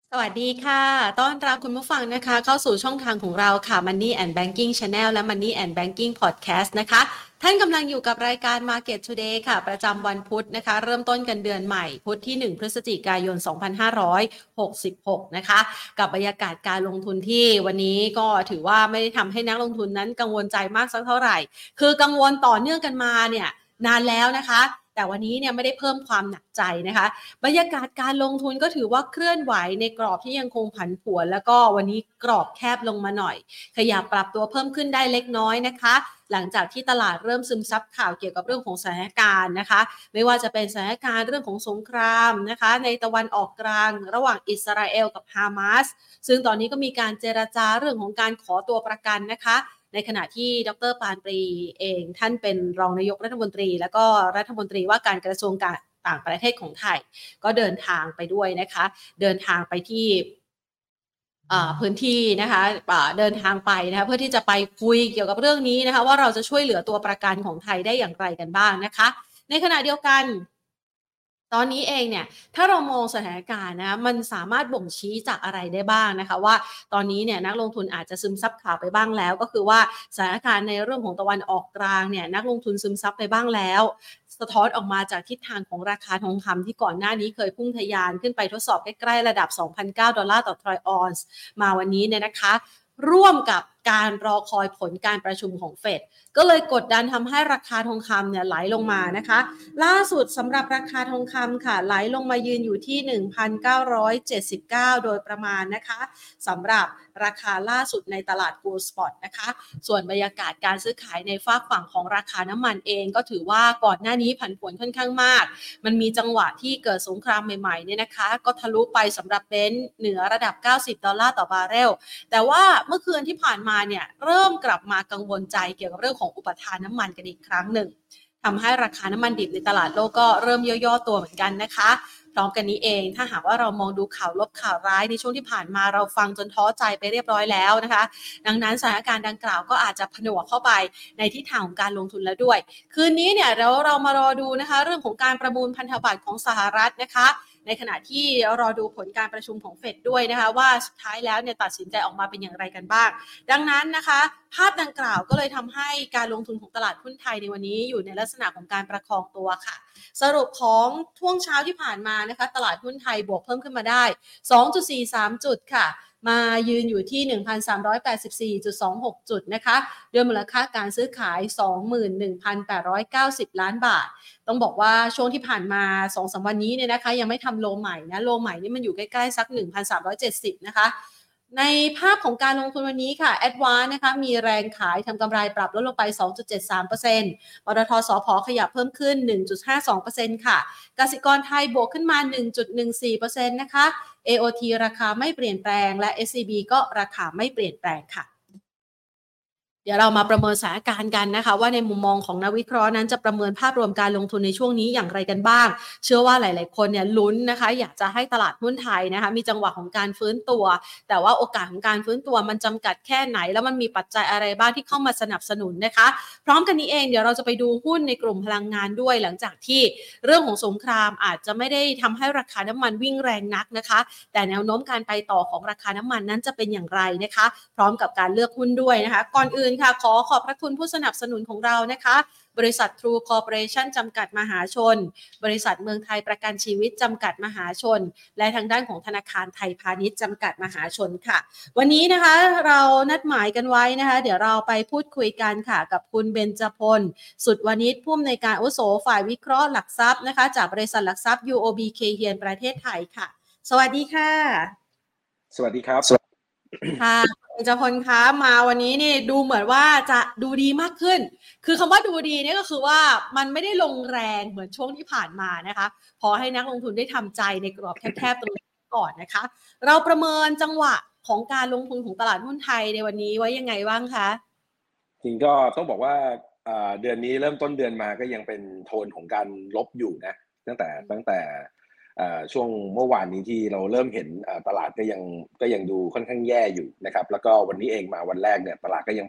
สวัสดีค่ะต้อนรับคุณผู้ฟังนะคะเข้าสู่ช่องทางของเราค่ะ Money and Banking Channel และ Money and Banking Podcast นะคะท่านกำลังอยู่กับรายการ Market Today ค่ะประจำวันพุธนะคะเริ่มต้นกันเดือนใหม่พุธที่1พฤศจิกายน2566นะคะกับบรรยากาศการลงทุนที่วันนี้ก็ถือว่าไม่ได้ทำให้นักลงทุนนั้นกังวลใจมากสักเท่าไหร่คือกังวลต่อเนื่องกันมาเนี่ยนานแล้วนะคะแต่วันนี้เนี่ยไม่ได้เพิ่มความหนักใจนะคะ บรรยากาศการลงทุนก็ถือว่าเคลื่อนไหวในกรอบที่ยังคงผันผวนแล้วก็วันนี้กรอบแคบลงมาหน่อยขยับปรับตัวเพิ่มขึ้นได้เล็กน้อยนะคะหลังจากที่ตลาดเริ่มซึมซับข่าวเกี่ยวกับเรื่องของสถานการณ์นะคะไม่ว่าจะเป็นสถานการณ์เรื่องของสงครามนะคะในตะวันออกกลางระหว่างอิสราเอลกับฮามาสซึ่งตอนนี้ก็มีการเจรจาเรื่องของการขอตัวประกันนะคะในขณะที่ดรปานปรีเองท่านเป็นรองนายกรัฐมนตรีแล้วก็รัฐมนตรีว่าการกระทรวงการต่างประเทศของไทยก็เดินทางไปด้วยนะคะเดินทางไปที่พื้นที่นะคะเดินทางไปนะคะเพื่อที่จะไปคุยเกี่ยวกับเรื่องนี้นะคะว่าเราจะช่วยเหลือตัวประกันของไทยได้อย่างไรกันบ้างนะคะในขณะเดียวกันตอนนี้เองเนี่ยถ้าเรามองสถานการณ์นะมันสามารถบ่งชี้จากอะไรได้บ้างนะคะว่าตอนนี้เนี่ยนักลงทุนอาจจะซึมซับข่าวไปบ้างแล้วก็คือว่าสถานการณ์ในเรื่องของตะวันออกกลางเนี่ยนักลงทุนซึมซับไปบ้างแล้วสะท้อนออกมาจากทิศทางของราคาทองคำที่ก่อนหน้านี้เคยพุ่งทะยานขึ้นไปทดสอบใกล้ๆระดับ 2,900 ดอลลาร์ต่อทรอยออนซ์มาวันนี้เนี่ยนะคะร่วมกับการรอคอยผลการประชุมของเฟดก็เลยกดดันทำให้ราคาทองคำเนี่ยไหลลงมานะคะ ล่าสุดสำหรับราคาทองคำค่ะไหลลงมายืนอยู่ที่ 1,979 โดยประมาณนะคะสำหรับราคาล่าสุดในตลาด Gold Spot นะคะส่วนบรรยากาศการซื้อขายในฝากฝั่งของราคาน้ำมันเองก็ถือว่าก่อนหน้านี้ผันผวนค่อนข้างมากมันมีจังหวะที่เกิดสงครามใหม่ๆเนี่ยนะคะก็ทะลุไปสำหรับเบนซ์เหนือระดับ 90 ดอลลาร์ต่อบาร์เรลแต่ว่าเมื่อคืนที่ผ่านมาเนี่ยเริ่มกลับมากังวลใจเกี่ยวกับเรื่องของอุปทานน้ำมันกันอีกครั้งหนึ่ง ทำให้ราคาน้ำมันดิบในตลาดโลกก็เริ่มย่อๆตัวเหมือนกันนะคะพร้อมกันนี้เองถ้าหากว่าเรามองดูข่าวลบข่าวร้ายในช่วงที่ผ่านมาเราฟังจนท้อใจไปเรียบร้อยแล้วนะคะดังนั้นสถานการณ์ดังกล่าวก็อาจจะผนวกเข้าไปในทิศทางของการลงทุนแล้วด้วยคืนนี้เนี่ยเรามารอดูนะคะเรื่องของการประมูลพันธบัตรของสหรัฐนะคะในขณะที่รอดูผลการประชุมของเฟดด้วยนะคะว่าสุดท้ายแล้วเนี่ยตัดสินใจออกมาเป็นอย่างไรกันบ้างดังนั้นนะคะภาพดังกล่าวก็เลยทำให้การลงทุนของตลาดหุ้นไทยในวันนี้อยู่ในลักษณะของการประคองตัวค่ะสรุปของช่วงเช้าที่ผ่านมานะคะตลาดหุ้นไทยบวกเพิ่มขึ้นมาได้ 2.43 จุดค่ะมายืนอยู่ที่ 1,384.26 จุดนะคะด้วยมูลค่าการซื้อขาย 21,890 ล้านบาทต้องบอกว่าช่วงที่ผ่านมา 2-3 วันนี้เนี่ยนะคะยังไม่ทำโลใหม่นะโลใหม่นี่มันอยู่ใกล้ๆสัก 1,370 นะคะในภาพของการลงทุนวันนี้ค่ะ Advance นะคะมีแรงขายทำกำไรปรับลดลงไป 2.73% ปตทสผขยับเพิ่มขึ้น 1.52% ค่ะกสิกรไทยบวกขึ้นมา 1.14% นะคะ AOT ราคาไม่เปลี่ยนแปลงและ SCB ก็ราคาไม่เปลี่ยนแปลงค่ะ เดี๋ยวเรามาประเมินสถานการณ์กันนะคะว่าในมุมมองของนักวิเคราะห์นั้นจะประเมินภาพรวมการลงทุนในช่วงนี้อย่างไรกันบ้างเชื่อว่าหลายๆคนเนี่ยลุ้นนะคะอยากจะให้ตลาดหุ้นไทยนะคะมีจังหวะของการฟื้นตัวแต่ว่าโอกาสของการฟื้นตัวมันจำกัดแค่ไหนแล้วมันมีปัจจัยอะไรบ้างที่เข้ามาสนับสนุนนะคะพร้อมกันนี้เองเดี๋ยวเราจะไปดูหุ้นในกลุ่มพลังงานด้วยหลังจากที่เรื่องของสงครามอาจจะไม่ได้ทำให้ราคาน้ำมันวิ่งแรงนักนะคะแต่แนวโน้มการไปต่อของราคาน้ำมันนั้นจะเป็นอย่างไรนะคะพร้อมกับการเลือกหุ้นด้วยนะคะก่อนอื่นค่ะขอขอบพระคุณผู้สนับสนุนของเรานะคะบริษัท True Corporation จำกัดมหาชนบริษัทเมืองไทยประกันชีวิตจำกัดมหาชนและทางด้านของธนาคารไทยพาณิชย์จำกัดมหาชนค่ะวันนี้นะคะเรานัดหมายกันไว้นะคะเดี๋ยวเราไปพูดคุยกันค่ะกับคุณเบญจพลสุดวณิชผู้อำนวยการอาวุโสฝ่ายวิเคราะห์หลักทรัพย์นะคะจากบริษัทหลักทรัพย์ UOB Kay Hian ประเทศไทยค่ะสวัสดีค่ะสวัสดีครับค่ะเบญจพลคะมาวันนี้นี่ดูเหมือนว่าจะดูดีมากขึ้นคือคำว่าดูดีเนี่ยก็คือว่ามันไม่ได้ลงแรงเหมือนช่วงที่ผ่านมานะคะพอให้นักลงทุนได้ทำใจในกรอบแคบๆตรงนี้ก่อนนะคะเราประเมินจังหวะของการลงทุนของตลาดหุ้นไทยในวันนี้ไว้ยังไงบ้างคะจริงก็ต้องบอกว่าเดือนนี้เริ่มต้นเดือนมาก็ยังเป็นโทนของการลบอยู่นะตั้งแต่ช่วงเมื่อวานนี้ที่เราเริ่มเห็นตลาดก็ยังดูค่อนข้างแย่อยู่นะครับแล้วก็วันนี้เองมาวันแรกเนี่ยตลาดก็ยังผันผวน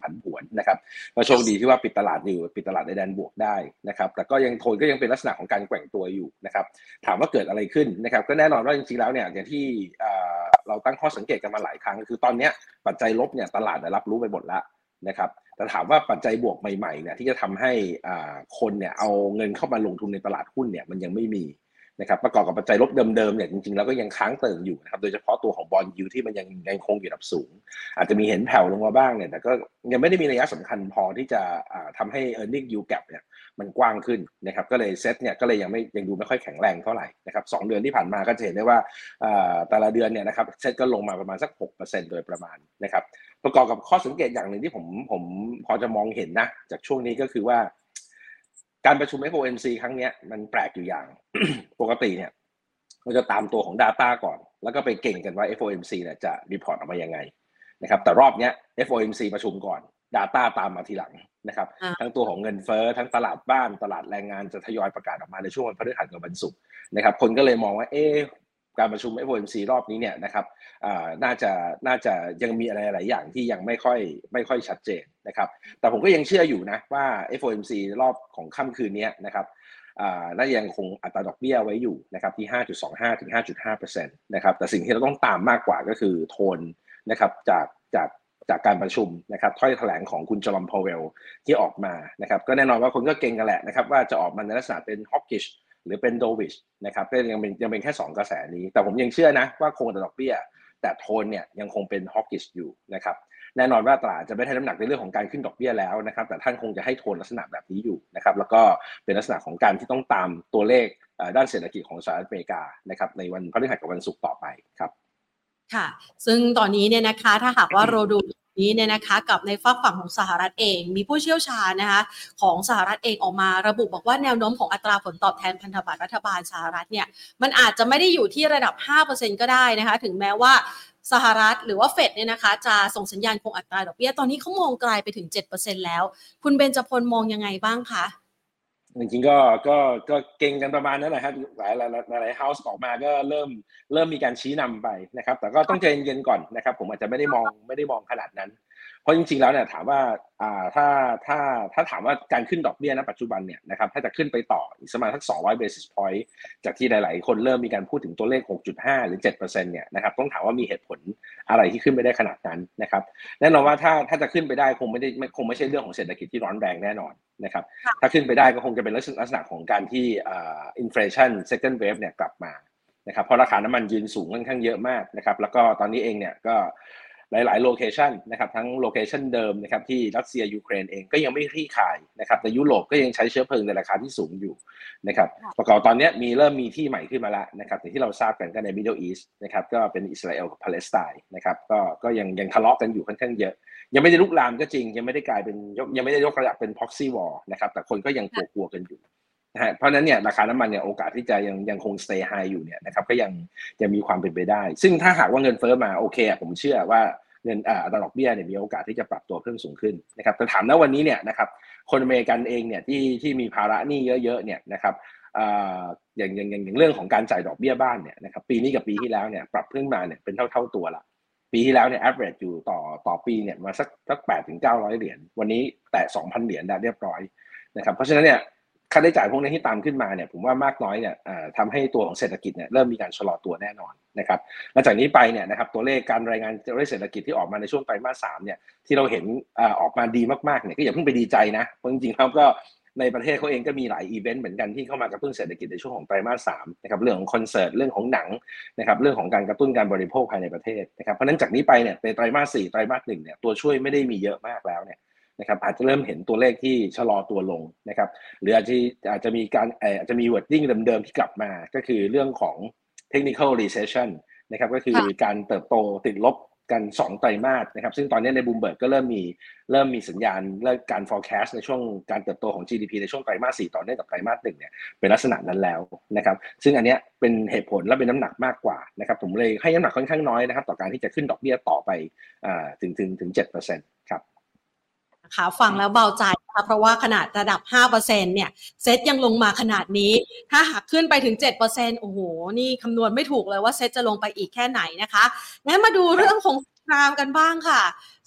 นะครับก็โชคดีที่ว่าปิดตลาดในแดนบวกได้นะครับแต่ก็ยังโทนก็ยังเป็นลักษณะของการแกว่งตัวอยู่นะครับถามว่าเกิดอะไรขึ้นนะครับก็แน่นอนว่าจริงๆแล้วเนี่ยอย่างที่เราตั้งข้อสังเกตกันมาหลายครั้งคือตอนนี้ปัจจัยลบเนี่ยตลาดได้รับรู้ไปหมดแล้วนะครับแต่ถามว่าปัจจัยบวกใหม่ๆเนี่ยที่จะทำให้คนเนี่ยเอาเงินเข้ามาลงทุนในตลาดหุ้นเนี่ยมันยังไม่มีนะครับประกอบกับปัจจัยลบเดิมๆเนี่ยจริงๆแล้วก็ยังค้างเติ่งอยู่นะครับโดยเฉพาะตัวของบอนด์ยิลด์ที่มันยังคงอยู่ระดับสูงอาจจะมีเห็นแผ่วลงมาบ้างเนี่ยแต่ก็ยังไม่ได้มีนัยสำคัญพอที่จะทำให้ earning yield gap เนี่ยมันกว้างขึ้นนะครับก็เลยเซ็ตเนี่ยก็เลยยังดูไม่ค่อยแข็งแรงเท่าไหร่นะครับ2เดือนที่ผ่านมาก็จะเห็นได้ว่าแต่ละเดือนเนี่ยนะครับเซ็ตก็ลงมาประมาณสัก 6% โดยประมาณนะครับประกอบกับข้อสังเกตอย่างหนึ่งที่ผมพอจะมองเห็นนะจากช่วงนี้ก็คือว่าการประชุม FOMC ครั้งนี้มันแปลกอยู่อย่าง ปกติเนี่ยเราจะตามตัวของ Data ก่อนแล้วก็ไปเก่งกันว่า FOMC เนี่ยจะรีพอร์ตออกมายังไงนะครับแต่รอบนี้ FOMC ประชุมก่อน Data ตามมาทีหลังนะครับทั้งตัวของเงินเฟ้อทั้งตลาดบ้านตลาดแรงงานจะทยอยประกาศออกมาในช่วงวันพฤหัสกับวันศุกร์นะครับคนก็เลยมองว่าการประชุม FOMC รอบนี้เนี่ยนะครับน่าจะยังมีอะไรหลายอย่างที่ยังไม่ค่อยชัดเจนนะครับแต่ผมก็ยังเชื่ออยู่นะว่า FOMC รอบของค่ำคืนนี้นะครับน่ายังคงอัตราดอกเบี้ยไว้อยู่นะครับที่ 5.25 ถึง 5.5% นะครับแต่สิ่งที่เราต้องตามมากกว่าก็คือโทนนะครับจากการประชุมนะครับถ้อยแถลงของคุณจอร์มพาวเวลที่ออกมานะครับก็แน่นอนว่าคนก็เก่งกันแหละนะครับว่าจะออกมาในลักษณะเป็นฮอกกิชหรือเป็นโดวิชนะครับก็ยังเป็นแค่2กระแสนี้แต่ผมยังเชื่อนะว่าคงอัตราดอกเบี้ยแต่โทนเนี่ยยังคงเป็นฮอกกิชอยู่นะครับแน่นอนว่าตลาดจะไม่ให้น้ำหนักในเรื่องของการขึ้นดอกเบี้ยแล้วนะครับแต่ท่านคงจะให้โทนลักษณะแบบนี้อยู่นะครับแล้วก็เป็นลักษณะของการที่ต้องตามตัวเลขด้านเศรษฐกิจของสหรัฐอเมริกานะครับในวันพฤหัสกับวันศุกร์ต่อไปครับค่ะซึ่งตอนนี้เนี่ยนะคะถ้าหากว่าเราดูนี้เนี่ยนะคะกับในฝั่งของสหรัฐเองมีผู้เชี่ยวชาญนะคะของสหรัฐเองออกมาระบุบอกว่าแนวโน้มของอัตราผลตอบแทนพันธบัตรรัฐบาลสหรัฐเนี่ยมันอาจจะไม่ได้อยู่ที่ระดับ 5% ก็ได้นะคะถึงแม้ว่าสหรัฐหรือว่าเฟดเนี่ยนะคะจะส่งสัญญาณคงอัตราดอกเบี้ยตอนนี้เขามองไกลไปถึง 7% แล้วคุณเบญจพลมองยังไงบ้างคะจริงๆก็เก่งกันประมาณนั้นแหละครับหลายเฮาส์ออกมาก็เริ่มมีการชี้นำไปนะครับแต่ก็ต้องใจเย็นๆก่อนนะครับผมอาจจะไม่ได้มองขนาดนั้นเพราะจริงๆแล้วเนี่ยถามว่าถ้าถามว่าการขึ้นดอกเบี้ยณปัจจุบันเนี่ยนะครับถ้าจะขึ้นไปต่ออีกประมาณสัก200 basis point จากที่หลายๆคนเริ่มมีการพูดถึงตัวเลข 6.5 หรือ 7% เนี่ยนะครับต้องถามว่ามีเหตุผลอะไรที่ขึ้นไปได้ขนาดนั้นนะครับแน่นอนว่าถ้าจะขึ้นไปได้คงไม่ใช่เรื่องของเศรษฐกิจที่ร้อนแรงแน่นอนนะครับถ้าขึ้นไปได้ก็คงจะเป็นลักษณะของการที่อินเฟลชัน second wave เนี่ยกลับมานะครับเพราะราคาน้ำมันยืนสูงค่อนข้างเยอะมากนะครับแล้วก็ตอนนี้เองเนี่ยก็หลายๆโลเคชันนะครับทั้งโลเคชันเดิมนะครับที่รัสเซียยูเครนเองก็ยังไม่คลี่คลายนะครับแต่ยุโรปก็ยังใช้เชื้อเพลิงในราคาที่สูงอยู่นะครับประกอบตอนนี้เริ่มมีที่ใหม่ขึ้นมาแล้วนะครับอย่างที่เราทราบกันก็ใน Middle East นะครับก็เป็นอิสราเอลกับปาเลสไตน์นะครับก็ยังทะเลาะกันอยู่ค่อนข้างเยอะยังไม่ได้ลุกลามก็จริงยังไม่ได้กลายเป็นยังไม่ได้ยกระดับเป็น proxy war นะครับแต่คนก็ยังกลัวกันอยู่นะฮะเพราะนั้นเนี่ยราคาน้ำมันเนี่ยโอกาสที่จะยังคง stay high อยู่เนี่ยนะครับก็ยังมีความเป็นไปได้ซึ่งถ้าหากว่าเงินเฟ้อมาโอเคผมเชื่อว่าเงินอัตราดอกเบี้ยเนี่ยมีโอกาสที่จะปรับตัวเพิ่มสูงขึ้นนะครับแต่ถามณวันนี้เนี่ยนะครับคนอเมริกันเองเนี่ยที่มีภาระหนี้เยอะๆเนี่ยนะครับอย่างเรื่องของการจ่ายดอกเบี้ยบ้านเนี่ยนะครับปีนี้กับปีที่แล้วเนี่ยปรับขึ้นมาเนี่ยเป็นเท่าตัวละปีที่แล้วเนี่ย average อยู่ต่อปีเนี่ยมาสัก800-900 เหรียญวันนี้แตะ 2,000 เหรียญได้เรียบร้อยนะครับเพราะฉะนั้นเนี่ยค่าใช้จ่ายพวกนี้ที่ตามขึ้นมาเนี่ยผมว่ามากน้อยเนี่ยทำให้ตัวของเศรษฐกิจเนี่ยเริ่มมีการชะลอตัวแน่นอนนะครับหลังจากนี้ไปเนี่ยนะครับตัวเลขการรายงานตัวเลขเศรษฐกิจที่ออกมาในช่วงไตรมาส 3เนี่ยที่เราเห็นออกมาดีมากๆเนี่ยก็อย่าเพิ่งไปดีใจนะเพราะจริงๆแล้วก็ในประเทศเขาเองก็มีหลายอีเวนต์เหมือนกันที่เข้ามากระตุ้นเศรษฐกิจในช่วงของไตรมาส 3นะครับเรื่องของคอนเสิร์ตเรื่องของหนังนะครับเรื่องของการกระตุ้นการบริโภคภายในประเทศนะครับเพราะฉะนั้นจากนี้ไปเนี่ยในไตรมาส 4ไตรมาส 1เนี่ยตัวช่วยไม่ได้มีเยอะมากแล้วเนี่ยนะครับอาจจะเริ่มเห็นตัวเลขที่ชะลอตัวลงนะครับหรืออาจจะมีการอาจจะมี wording เดิมๆที่กลับมาก็คือเรื่องของ technical recession นะครับก็คือการเติบโตติดลบกัน2ไตรมาสนะครับซึ่งตอนนี้ในบูมเบิร์กก็เริ่มมีสัญญาณและการ forecast ในช่วงการเติบโตของ GDP ในช่วงไตรมาส 4ต่อเนื่องกับไตรมาส 1เนี่ยเป็นลักษณะนั้นแล้วนะครับซึ่งอันนี้เป็นเหตุผลและเป็นน้ำหนักมากกว่านะครับผมเลยให้น้ำหนักค่อนข้างน้อยนะครับต่อการที่จะขึ้นดอกเบี้ยต่อไปถึง 7% ครับค่ะฟังแล้วเบาใจนะคะเพราะว่าขนาดระดับ 5% เนี่ยเซ็ตยังลงมาขนาดนี้ถ้าหากขึ้นไปถึง 7% โอ้โหนี่คำนวณไม่ถูกเลยว่าเซ็ตจะลงไปอีกแค่ไหนนะคะงั้นมาดูเรื่องของสงครามกันบ้างค่ะ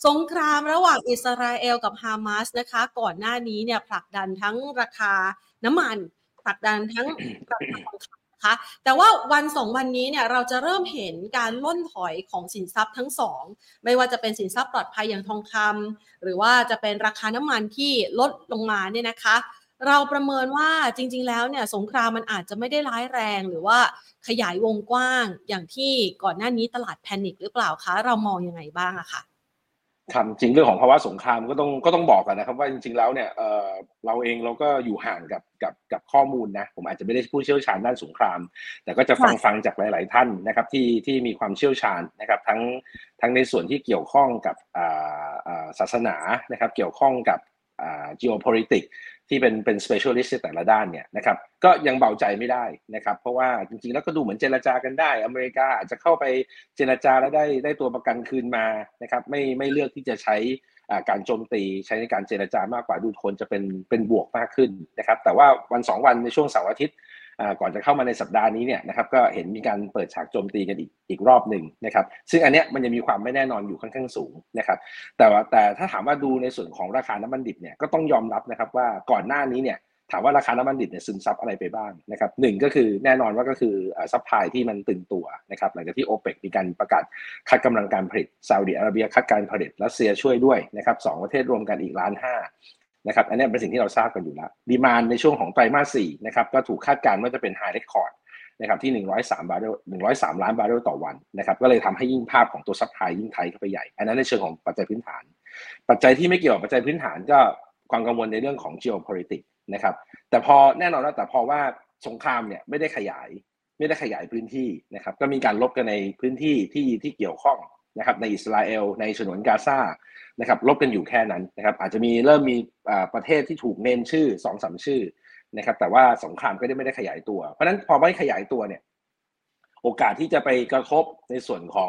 สงครามระหว่างอิสราเอลกับฮามาสนะคะก่อนหน้านี้เนี่ยผลักดันทั้งราคาน้ำมันผลักดันทั้งราคาทองคำนะคะแต่ว่าวันสองวันนี้เนี่ยเราจะเริ่มเห็นการล่นถอยของสินทรัพย์ทั้งสองไม่ว่าจะเป็นสินทรัพย์ปลอดภัยอย่างทองคำหรือว่าจะเป็นราคาน้ำมันที่ลดลงมาเนี่ยนะคะเราประเมินว่าจริงๆแล้วเนี่ยสงครามมันอาจจะไม่ได้ร้ายแรงหรือว่าขยายวงกว้างอย่างที่ก่อนหน้านี้ตลาดแพนิคหรือเปล่าคะเรามองยังไงบ้างอะค่ะครับจริงเรื่องของภาวะสงครามก็ต้องบอกกันนะครับว่าจริงๆแล้วเนี่ยเราเองเราก็อยู่ห่างกับข้อมูลนะผมอาจจะไม่ได้ผู้เชี่ยวชาญด้านสงครามแต่ก็จะฟังจากหลายๆท่านนะครับที่มีความเชี่ยวชาญนะครับทั้งในส่วนที่เกี่ยวข้องกับศาสนานะครับเกี่ยวข้องกับgeopolitics ที่เป็น specialist ในแต่ละด้านเนี่ยนะครับก็ยังเบาใจไม่ได้นะครับเพราะว่าจริงๆแล้วก็ดูเหมือนเจรจากันได้อเมริกาอาจจะเข้าไปเจรจาแล้วได้ตัวประกันคืนมานะครับไม่เลือกที่จะใช้การโจมตีใช้ในการเจรจามากกว่าดูคนจะเป็นบวกมากขึ้นนะครับแต่ว่าวัน2วันในช่วงเสาร์อาทิตย์ก่อนจะเข้ามาในสัปดาห์นี้เนี่ยนะครับก็เห็นมีการเปิดฉากโจมตีกันอีกรอบหนึ่งนะครับซึ่งอันเนี้ยมันยังมีความไม่แน่นอนอยู่ค่อนข้างสูงนะครับแต่ถ้าถามว่าดูในส่วนของราคาน้ำมันดิบเนี่ยก็ต้องยอมรับนะครับว่าก่อนหน้านี้เนี่ยถามว่าราคาน้ำมันดิบเนี่ยซึมซับอะไรไปบ้างนะครับหนึ่งก็คือแน่นอนว่าก็คือซัพพลายที่มันตึงตัวนะครับหลังจากที่โอเปกมีการประกาศคัดกำลังการผลิตซาอุดิอาระเบียคัดการผลิตรัสเซียช่วยด้วยนะครับ2ประเทศรวมกันอีก1.5 ล้านนะครับอันนี้เป็นสิ่งที่เราทราบกันอยู่แล้วดีมานด์ในช่วงของไตรมาส4นะครับก็ถูกคาดการณ์ว่าจะเป็นไฮเรคคอร์ดนะครับที่103บาร์เรล103ล้านบาร์เรลต่อวันนะครับก็เลยทำให้ยิ่งภาพของตัวซัพพลายยิ่งไทยเข้าไปใหญ่อันนั้นในเชิงของปัจจัยพื้นฐานปัจจัยที่ไม่เกี่ยวกับปัจจัยพื้นฐานก็ความกังวลในเรื่องของ geopolitics นะครับแต่พอแน่นอนแล้วแต่พอว่าสงครามเนี่ยไม่ได้ขยายพื้นที่นะครับก็มีการลบกันในพื้นที่ที่เกี่ยวข้องนะครับในอิสราเอลในฉนวนกาซานะครับลบกันอยู่แค่นั้นนะครับอาจจะเริ่มมีประเทศที่ถูกเนมชื่อ 2-3 ชื่อนะครับแต่ว่าสงครามก็ไม่ได้ขยายตัวเพราะฉะนั้นพอไม่ขยายตัวเนี่ยโอกาสที่จะไปกระทบในส่วนของ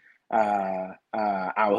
เอา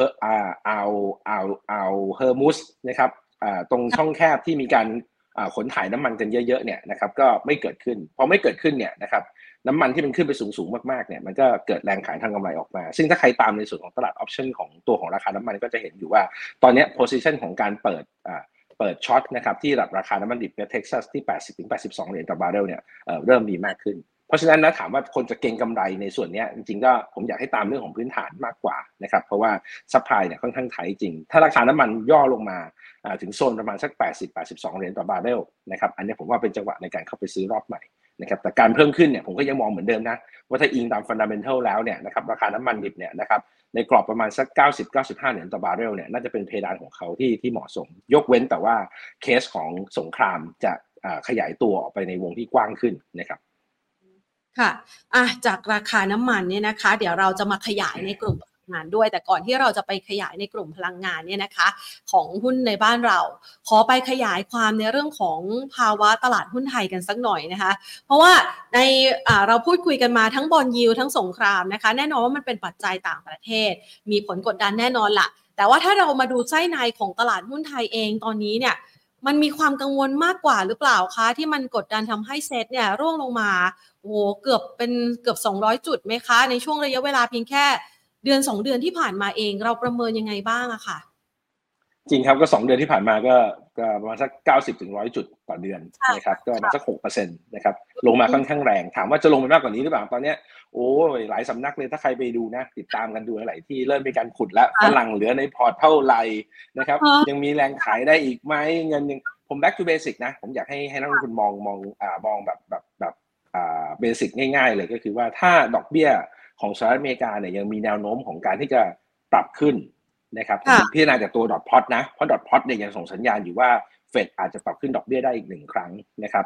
เฮอร์มุสนะครับตรงช่องแคบที่มีการขนถ่ายน้ำมันกันเยอะๆเนี่ยนะครับก็ไม่เกิดขึ้นพอไม่เกิดขึ้นเนี่ยนะครับน้ำมันที่มันขึ้นไปสูงมากๆเนี่ยมันก็เกิดแรงขายทางกำไรออกมาซึ่งถ้าใครตามในส่วนของตลาดออปชั่นของตัวของราคาน้ำมันก็จะเห็นอยู่ว่าตอนนี้ position ของการเปิดช็อตนะครับที่ราคาน้ำมันดิบในเท็กซัสที่$80-82ต่อบาร์เรลเนี่ยเริ่มมีมากขึ้นเพราะฉะนั้นนะถามว่าคนจะเก็งกำไรในส่วนนี้จริงๆก็ผมอยากให้ตามเรื่องของพื้นฐานมากกว่านะครับเพราะว่าซัพพลายเนี่ยค่อนข้างไทยจริงถ้าราคาน้ำมันย่อลงมาถึงโซนประมาณสัก$80-82ต่อบาร์เรลนะครับอันนี้ผมว่าเป็นจังหวะในการเข้าไปซื้อรอบใหม่นะครับแต่การเพิ่มขึ้นเนี่ยผมก็ยังมองเหมือนเดิมนะว่าถ้าอิงตามฟันดัมเมนทัลแล้วเนี่ยนะครับราคาน้ำมันดิบเนี่ยนะครับในกรอบประมาณสัก$90-95ต่อบาร์เรลเนี่ยน่าจะเป็นเพดานของเขาที่เหมาะสมยกเว้นแต่ว่าเคสของสงครามจะขยายตัวออกไปในวงที่กว้างขึ้นนะครับค่ะจากราคาน้ำมันเนี่ยนะคะเดี๋ยวเราจะมาขยายในกลุ่มพลังงานด้วยแต่ก่อนที่เราจะไปขยายในกลุ่มพลังงานเนี่ยนะคะของหุ้นในบ้านเราขอไปขยายความในเรื่องของภาวะตลาดหุ้นไทยกันสักหน่อยนะคะเพราะว่าในเราพูดคุยกันมาทั้งบอนด์ยิลด์ทั้งสงครามนะคะแน่นอนว่ามันเป็นปัจจัยต่างประเทศมีผลกดดันแน่นอนล่ะแต่ว่าถ้าเรามาดูไส้ในของตลาดหุ้นไทยเองตอนนี้เนี่ยมันมีความกังวลมากกว่าหรือเปล่าคะที่มันกดดันทำให้เซ็ตเนี่ยร่วงลงมาโอ้โหเกือบ200จุดไหมคะในช่วงระยะเวลาเพียงแค่เดือน2เดือนที่ผ่านมาเองเราประเมินยังไงบ้างอะค่ะจริงครับก็2เดือนที่ผ่านมาก็ประมาณสัก90-100จุดต่อเดือนนะครับก็ประมาณสัก 6% นะครับลงมาค่อนข้างแรงถามว่าจะลงไปมากกว่านี้หรือเปล่าตอนนี้โอ้ยหลายสำนักเลยถ้าใครไปดูนะติดตามกันดูหลายที่เริ่มมีการขุดแล้วฝรั่งเหลือในพอร์ตเท่าไหร่นะครับยังมีแรงขายได้อีกไหมเงินยังผม back to basic นะผมอยากให้นักลงทุนมองแบบเบสิกง่ายๆเลยก็คือว่าถ้าดอกเบี้ยของสหรัฐอเมริกาเนี่ยยังมีแนวโน้มของการที่จะปรับขึ้นนะครับพิจารณาจากตัวดอทพอตนะเพราะดอทพอตเนี่ยยังส่งสัญญาณอยู่ว่าเฟดอาจจะปรับขึ้นดอกเบี้ยได้อีก1ครั้งนะครับ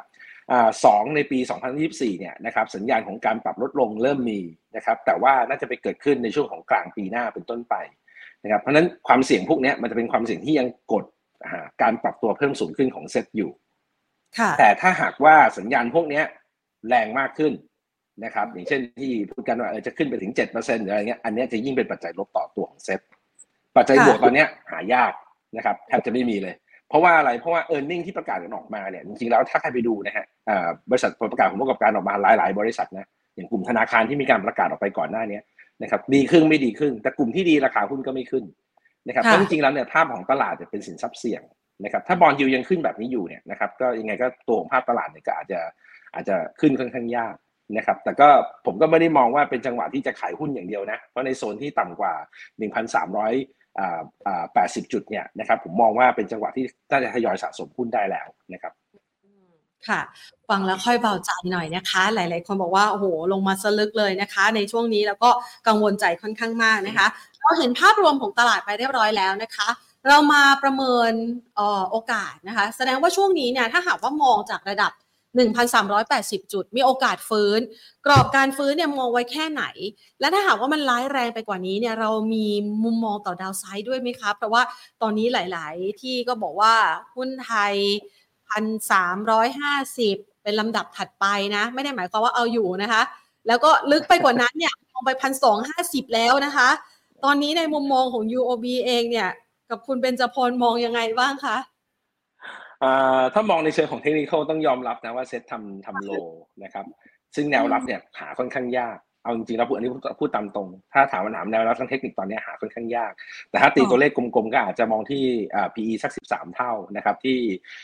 2ในปี2024เนี่ยนะครับสัญญาณของการปรับลดลงเริ่มมีนะครับแต่ว่าน่าจะไปเกิดขึ้นในช่วงของกลางปีหน้าเป็นต้นไปนะครับเพราะฉะนั้นความเสี่ยงพวกนี้มันจะเป็นความเสี่ยงที่ยังกดการปรับตัวเพิ่มสูงขึ้นของเซ็ตอยู่แต่ถ้าหากว่าสัญญาณพวกนี้แรงมากขึ้นนะครับอย่างเช่นที่พูดกันว่าจะขึ้นไปถึง 7% หรืออะไรเงี้ยอันนี้จะยิ่งเป็นปัจจัยลบต่อตัวของเซ็ตปัจจัยบวกตอนนี้หายากนะครับแทบจะไม่มีเลยเพราะว่าอะไรเพราะว่า earning ที่ประกาศกันออกมาเนี่ยจริงๆแล้วถ้าใครไปดูนะฮะบริษัทประกาศผลประกอบการออกมาหลายๆบริษัทนะอย่างกลุ่มธนาคารที่มีการประกาศออกไปก่อนหน้านี้นะครับดีขึ้นไม่ดีขึ้นแต่กลุ่มที่ดีราคาหุ้นก็ไม่ขึ้นนะครับเพราะจริงๆแล้วเนี่ยภาพของตลาดเป็นสินทรัพย์เสี่ยงนะครับถ้าบอนด์ยิลด์ยังขึ้นแบบนี้อยู่เนี่ยนะครับก็ยังไงก็ตัวของภาพตลาดเนี่ยก็อาจจะขึ้นค่อนข้างยากนะครับแต่ก็ผมก็ไม่ได้มองว่าเป็นจังหวะที่จะขายหุ้นอย่างเดียวนะเพราะในโซนที่ต่ำกว่า 1,380 จุดเนี่ยนะครับผมมองว่าเป็นจังหวะที่น่าจะทยอยสะสมหุ้นได้แล้วนะครับค่ะฟังแล้วค่อยเบาใจหน่อยนะคะหลายๆคนบอกว่าโอ้โหลงมาสลึกเลยนะคะในช่วงนี้แล้วก็กังวลใจค่อนข้างมากนะคะเราเห็นภาพรวมของตลาดไปเรียบร้อยแล้วนะคะเรามาประเมินโอกาสนะคะแสดงว่าช่วงนี้เนี่ยถ้าหากว่ามองจากระดับ 1,380 จุดมีโอกาสฟื้นกรอบการฟื้นเนี่ยมองไว้แค่ไหนและถ้าหากว่ามันร้ายแรงไปกว่านี้เนี่ยเรามีมุมมองต่อดาวไซด์ด้วยไหมคะเพราะว่าตอนนี้หลายๆที่ก็บอกว่าหุ้นไทย1,350เป็นลำดับถัดไปนะไม่ได้หมายความว่าเอาอยู่นะคะแล้วก็ลึกไปกว่านั้นเนี่ยมองไป 1,250 แล้วนะคะตอนนี้ในมุมมองของ UOB เองเนี่ยกับคุณเบญจพลมองยังไงบ้างคะถ้ามองในเชิงของเทคนิคต้องยอมรับนะว่าเซ็ตทำโลนะครับซึ่งแนวรับเนี่ยหาค่อนข้างยากเอาจริงๆแล้วอันนี้พูดตามตรงถ้าถามแนวรับทางเทคนิคตอนนี้หาค่อนข้างยากแต่ถ้าตีตัวเลขกลมๆก็อาจจะมองที่PE สัก13เท่านะครับที่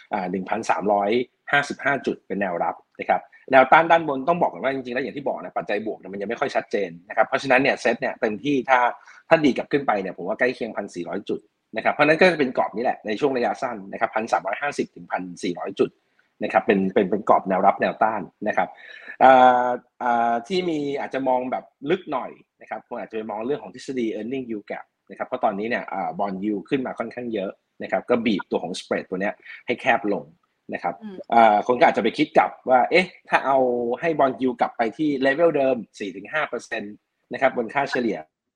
1,355 จุดเป็นแนวรับนะครับแนวต้านด้านบนต้องบอกก่อนว่าจริงๆแล้วอย่างที่บอกนะปัจจัยบวกมันยังไม่ค่อยชัดเจนนะครับเพราะฉะนั้นเนี่ยเซ็ตเนี่ยเต็มที่ถ้าดีกลับขึ้นไปเนี่ยผมว่าใกล้เคียง 1,400 จุดนะครับเพราะนั้นก็จะเป็นกรอบนี้แหละในช่วงระยะสั้นนะครับ 1,350 ถึง 1,400 จุดนะครับเป็นกรอบแนวรับแนวต้านนะครับที่มีอาจจะมองแบบลึกหน่อยนะครับคนอาจจะไปมองเรื่องของทฤษฎี earning yield gap นะครับเพราะตอนนี้เนี่ยbond yield ขึ้นมาค่อนข้างเยอะนะครับก็บีบตัวของ spread ตัวเนี้ยให้แคบลงนะครับคนก็อาจจะไปคิดกลับว่าเอ๊ะถ้าเอาให้ bond yield กลับไปที่ level เดิม 4-5% นะครับบนค่าเฉลี่ย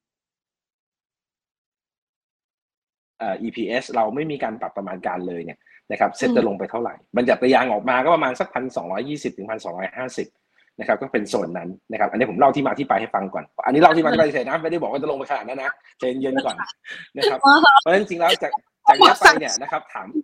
EPS เราไม่มีการปรับประมาณการเลยเนี่ยนะครับเซ็ตจะลงไปเท่าไหร่บรรยัติยางออกมาก็ประมาณสัก 1,220 ถึง 1,250 นะครับก็เป็นโซนนั้นนะครับอันนี้ผมเล่าที่มาที่ไปให้ฟังก่อนอันนี้เล่าที่มาที่ไปเฉยนะไม่ได้บอกว่าจะลงไปขนาดนั้นนะใจเย็นก่อนนะครับเพราะฉะนั้นจริงๆแล้วจากนี้ไปเนี่ยนะครับถาม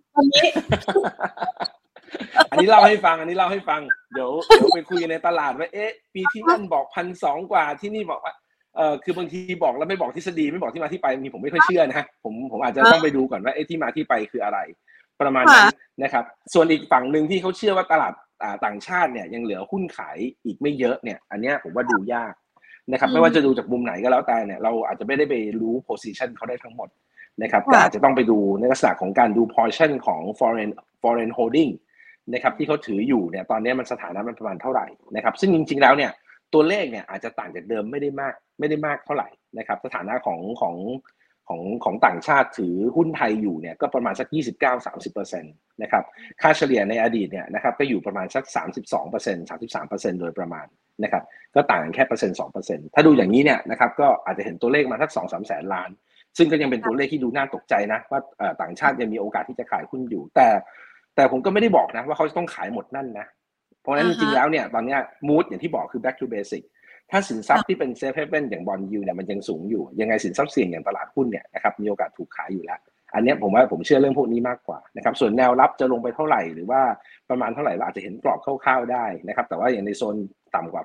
อันนี้เล่าให้ฟังเดี๋ยวไปคุยในตลาดว่าเอ๊ะปีที่นั่นบอก 1,200 กว่าที่นี่บอกว่าคือบางทีบอกแล้วไม่บอกทฤษฎีไม่บอกที่มาที่ไปบางทีผมไม่ค่อยเชื่อนะผมอาจจะต้องไปดูก่อนว่าที่มาที่ไปคืออะไรประมาณนั้นนะครับส่วนอีกฝั่งหนึ่งที่เขาเชื่อว่าตลาดต่างชาติเนี่ยยังเหลือหุ้นขายอีกไม่เยอะเนี่ยอันนี้ผมว่าดูยากนะครับไม่ว่าจะดูจากมุมไหนก็แล้วแต่เนี่ยเราอาจจะไม่ได้ไปรู้ position เขาได้ทั้งหมดนะครับก็อาจจะต้องไปดูในลักษณะของการดู portion ของ foreign holding นะครับที่เขาถืออยู่เนี่ยตอนนี้มันสถานะมันประมาณเท่าไหร่นะครับซึ่งจริงๆแล้วเนี่ยตัวเลขเนี่ยอาจจะต่างจากเดิมไม่ได้มากเท่าไหร่นะครับสถานะของต่างชาติถือหุ้นไทยอยู่เนี่ยก็ประมาณสัก 29-30% นะครับค่าเฉลี่ยในอดีตเนี่ยนะครับก็อยู่ประมาณสัก 32% 33% โดยประมาณนะครับก็ต่างกันแค่ 1% ถ้าดูอย่างนี้เนี่ยนะครับก็อาจจะเห็นตัวเลขมาสัก 2-3 แสนล้านซึ่งก็ยังเป็นตัวเลขที่ดูน่าตกใจนะว่าต่างชาติยังมีโอกาสที่จะขายหุ้นอยู่แต่ผมก็ไม่ได้บอกนะว่าเขาจะต้องขายหมดนั่นนะเพราะฉะนั้นจริงๆแล้วเนี่ยตอนนี้มูดอย่างที่บอกคือ back to basic ถ้าสินทรัพย์ที่เป็น safe haven อย่าง bond yield เนี่ยมันยังสูงอยู่ยังไงสินทรัพย์เสี่ยงอย่างตลาดหุ้นเนี่ยนะครับมีโอกาสถูกขายอยู่แล้วอันนี้ผมเชื่อเรื่องพวกนี้มากกว่านะครับส่วนแนวรับจะลงไปเท่าไหร่หรือว่าประมาณเท่าไหร่เราอาจจะเห็นกรอบคร่าวๆได้นะครับแต่ว่าอย่างในโซนต่ำกว่า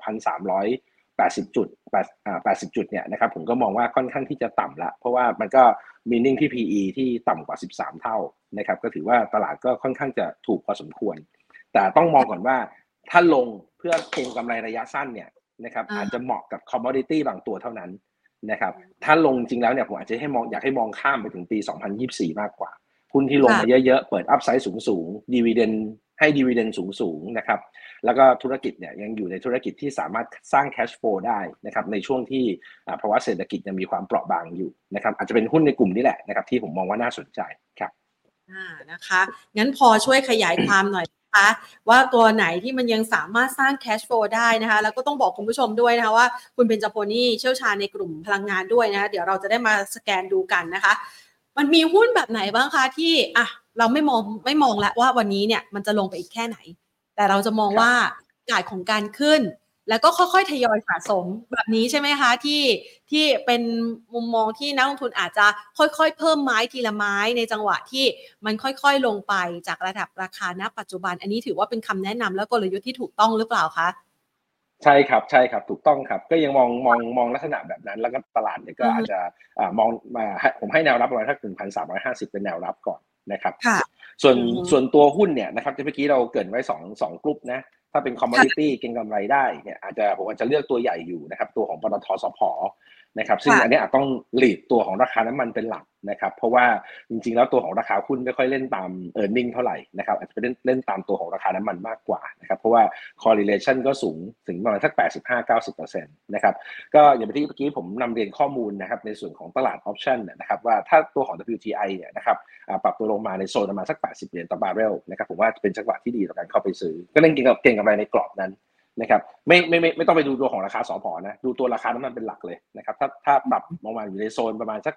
1,380 จุด80 จุดเนี่ยนะครับผมก็มองว่าค่อนข้างที่จะต่ำละเพราะว่ามันก็ meaning ที่ PE ที่ต่ำกว่า13เท่านะครับก็ถือว่าตลาดก็ค่อนข้างจะถูกพอสมควรแต่ต้องมองก่อนว่าถ้าลงเพื่อเก็งกำไรระยะสั้นเนี่ยนะครับอาจจะเหมาะกับ commodity บางตัวเท่านั้นนะครับถ้าลงจริงแล้วเนี่ยผมอาจจะอยากให้มองข้ามไปถึงปี 2024 มากกว่าหุ้นที่ลงมาเยอะๆเปิดอัพไซด์สูงๆดีวิเดนให้ดีวิเดนสูงๆนะครับแล้วก็ธุรกิจเนี่ยยังอยู่ในธุรกิจที่สามารถสร้าง cash flow ได้นะครับในช่วงที่ภาวะเศรษฐกิจยังมีความเปราะบางอยู่นะครับอาจจะเป็นหุ้นในกลุ่มนี้แหละนะครับที่ผมมองว่าน่าสนใจครับนะคะงั้นพอช่วยขยายความหน่อยนะคะว่าตัวไหนที่มันยังสามารถสร้าง cash flow ได้นะคะแล้วก็ต้องบอกคุณผู้ชมด้วยนะคะว่าคุณเบญจพลนี่เชี่ยวชาญในกลุ่มพลังงานด้วยนะคะเดี๋ยวเราจะได้มาสแกนดูกันนะคะมันมีหุ้นแบบไหนบ้างคะที่เราไม่มองแล้วว่าวันนี้เนี่ยมันจะลงไปอีกแค่ไหนแต่เราจะมองว่าโอกาสของการขึ้นแล้วก็ค่อยๆทยอยสะสมแบบนี้ใช่ไหมคะที่เป็นมุมมองที่นักลงทุนอาจจะค่อยๆเพิ่มไม้ทีละไม้ในจังหวะที่มันค่อยๆลงไปจากระดับราคาณปัจจุบันอันนี้ถือว่าเป็นคำแนะนำและกลยุทธ์ที่ถูกต้องหรือเปล่าคะใช่ครับใช่ครับถูกต้องครับก็ยังมองลักษณะแบบนั้นแล้วก็ตลาดเนี่ยก็อือฮึอาจจะมองมาผมให้แนวรับประมาณสัก 1,350 เป็นแนวรับก่อนนะครับค่ะส่วนอือฮึส่วนตัวหุ้นเนี่ยนะครับที่เมื่อกี้เราเกริ่นไว้สองกลุ่มนะถ้าเป็นค่ะ commodity เก็งกำไรได้เนี่ยผมอาจจะเลือกตัวใหญ่อยู่นะครับตัวของปตทสผนะครับซึ่งค่ะอันนี้อาจต้องหลีดตัวของราคาน้ำมันเป็นหลักนะครับเพราะว่าจริงๆแล้วตัวของราคาหุ้นไม่ค่อยเล่นตาม earning เท่าไหร่นะครับอาจจะไปเล่นตามตัวของราคาน้ำมันมากกว่านะครับเพราะว่า correlation ก็สูงถึงประมาณสัก 85-90% นะครับก็อย่างที่เมื่อกี้ผมนำเรียนข้อมูลนะครับในส่วนของตลาด option นะครับว่าถ้าตัวของ WTI เนี่ยนะครับปรับตัวลงมาในโซนประมาณสัก$80ต่อบาร์เรลนะครับผมว่าเป็นจังหวะที่ดีต่อการเข้าไปซื้อก็เล่นเก่งกำไรในกรอบนั้นนะครับไม่ต้องไปดูตัวของราคาสผนะดูตัวราคาน้ำมันเป็นหลักเลยนะครับถ้าปรับลงมาอยู่ในโซนประมาณสัก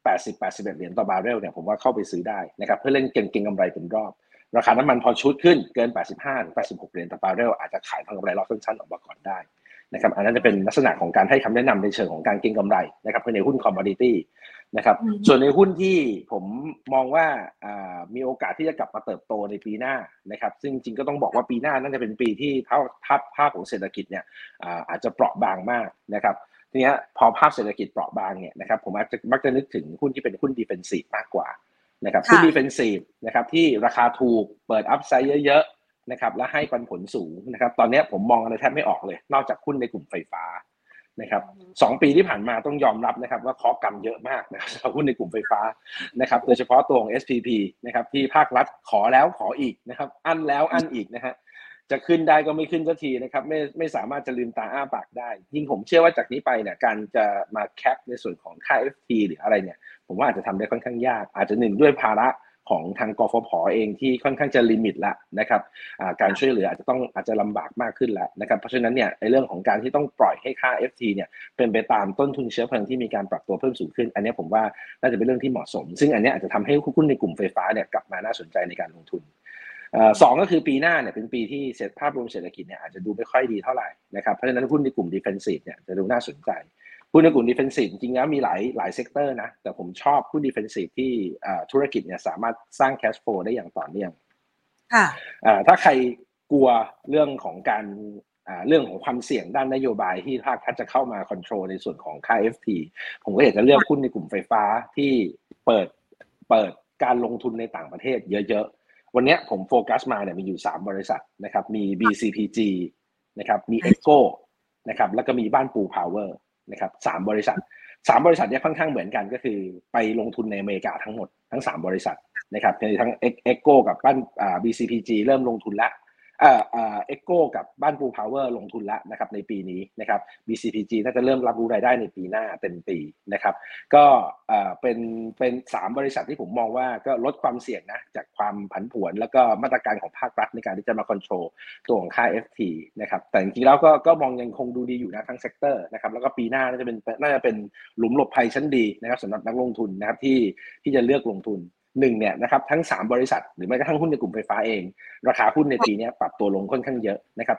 $80-81ต่อบาร์เรลเนี่ยผมว่าเข้าไปซื้อได้นะครับเพื่อเล่นเก่งกำไรเป็นรอบราคาน้ำมันพอชุดขึ้นเกิน$85-86ต่อบาร์เรลอาจจะขายทางกำไรรอบสั้นๆออกมาก่อนได้นะครับอันนั้นจะเป็นลักษณะของการให้คำแนะนำในเชิงของการเก็งกำไรนะครับในหุ้นคอมมอดิตี้นะครับส่วนในหุ้นที่ผมมองว่ามีโอกาสที่จะกลับมาเติบโตในปีหน้านะครับซึ่งจริงก็ต้องบอกว่าปีหน้าน่าจะเป็นปีที่ภาพของเศรษฐกิจเนี่ยอาจจะเปราะบางมากนะครับทีนี้พอภาพเศรษฐกิจเปราะบางเนี่ยนะครับผมมักจะนึกถึงหุ้นที่เป็นหุ้นดิเฟนซีฟมากกว่านะครับหุ้นค่ะดิเฟนซีฟนะครับที่ราคาถูกเปิดอัพไซด์เยอะๆนะครับและให้ปันผลสูงนะครับตอนนี้ผมมองอะไรแทบไม่ออกเลยนอกจากหุ้นในกลุ่มไฟฟ้านะครับ2 ปีที่ผ่านมาต้องยอมรับนะครับว่าเคราะห์กรรมเยอะมากนะครับหุ้นในกลุ่มไฟฟ้านะครับโดยเฉพาะตัวของ SPP นะครับที่ภาครัฐขอแล้วขออีกนะครับอั้นแล้วอั้นอีกนะฮะจะขึ้นได้ก็ไม่ขึ้นสักทีนะครับไม่สามารถจะลืมตาอ้าปากได้ยิ่งผมเชื่อว่าจากนี้ไปเนี่ยการจะมาแคปในส่วนของค่า FT หรืออะไรเนี่ยผมว่าอาจจะทำได้ค่อนข้างยากอาจจะหนึ่งด้วยภาระของทางกฟผเองที่ค่อนข้างจะลิมิตแล้วนะครับการช่วยเหลืออาจจะลำบากมากขึ้นแล้วนะครับเพราะฉะนั้นเนี่ยในเรื่องของการที่ต้องปล่อยให้ค่า FT เนี่ยเป็นไปตามต้นทุนเชื้อเพลิงที่มีการปรับตัวเพิ่มสูงขึ้นอันนี้ผมว่าน่าจะเป็นเรื่องที่เหมาะสมซึ่งอันนี้อาจจะทำให้หุ้นในกลุ่มไฟฟ้าเนี่ยกลับมาน่าสนใจในการลงทุนสองก็คือปีหน้าเนี่ยเป็นปีที่ภาพรวมเศรษฐกิจเนี่ยอาจจะดูไม่ค่อยดีเท่าไหร่นะครับเพราะฉะนั้นหุ้นในกลุ่ม defensive เนี่ยจะดูน่าสนใจหุ้นในกลุ่ม defensive จริงๆแล้วมีหลายเซกเตอร์นะแต่ผมชอบหุ้น defensive ที่ธุรกิจเนี่ยสามารถสร้าง cash flow ได้อย่างต่อเนื่องค่ะถ้าใครกลัวเรื่องของการเรื่องของความเสี่ยงด้านนโยบายที่ภาครัฐจะเข้ามาคอนโทรลในส่วนของค่า FT ผมก็อยากจะเลือกหุ้นในกลุ่มไฟฟ้าที่เปิดการลงทุนในต่างประเทศเยอะๆวันนี้ผมโฟกัสมาเนี่ยมีอยู่3บริษัทนะครับมี BCPG นะครับมี ECCO นะครับแล้วก็มีบ้านปูพาวเวอร์นะครับ3 บริษัทนี้ค่อนข้างเหมือนกันก็คือไปลงทุนในอเมริกาทั้งหมดทั้ง3 บริษัทนะครับทั้ง ECCO กับบ้านBCPG เริ่มลงทุนแล้วECCO กับบ้านปูพาวเวอร์ลงทุนแล้วนะครับในปีนี้นะครับ BCPG น่าจะเริ่มรับรู้รายได้ในปีหน้าเต็มปีนะครับก็เป็น3 บริษัทที่ผมมองว่าก็ลดความเสี่ยงนะจากความผันผวนแล้วก็มาตรการของภาครัฐในการที่จะมาคอนโทรลตัวของค่า FT นะครับแต่จริงๆแล้วก็มองยังคงดูดีอยู่นะทั้งเซกเตอร์นะครับแล้วก็ปีหน้าน่าจะเป็นหลุมหลบภัยชั้นดีนะครับสำหรับนักลงทุนนะครับที่จะเลือกลงทุนเนี่ยนะครับทั้ง3 บริษัทหรือแม้กระทั่งหุ้นในกลุ่มไฟฟ้าเองราคาหุ้นในปีนี้ปรับตัวลงค่อนข้างเยอะนะครับ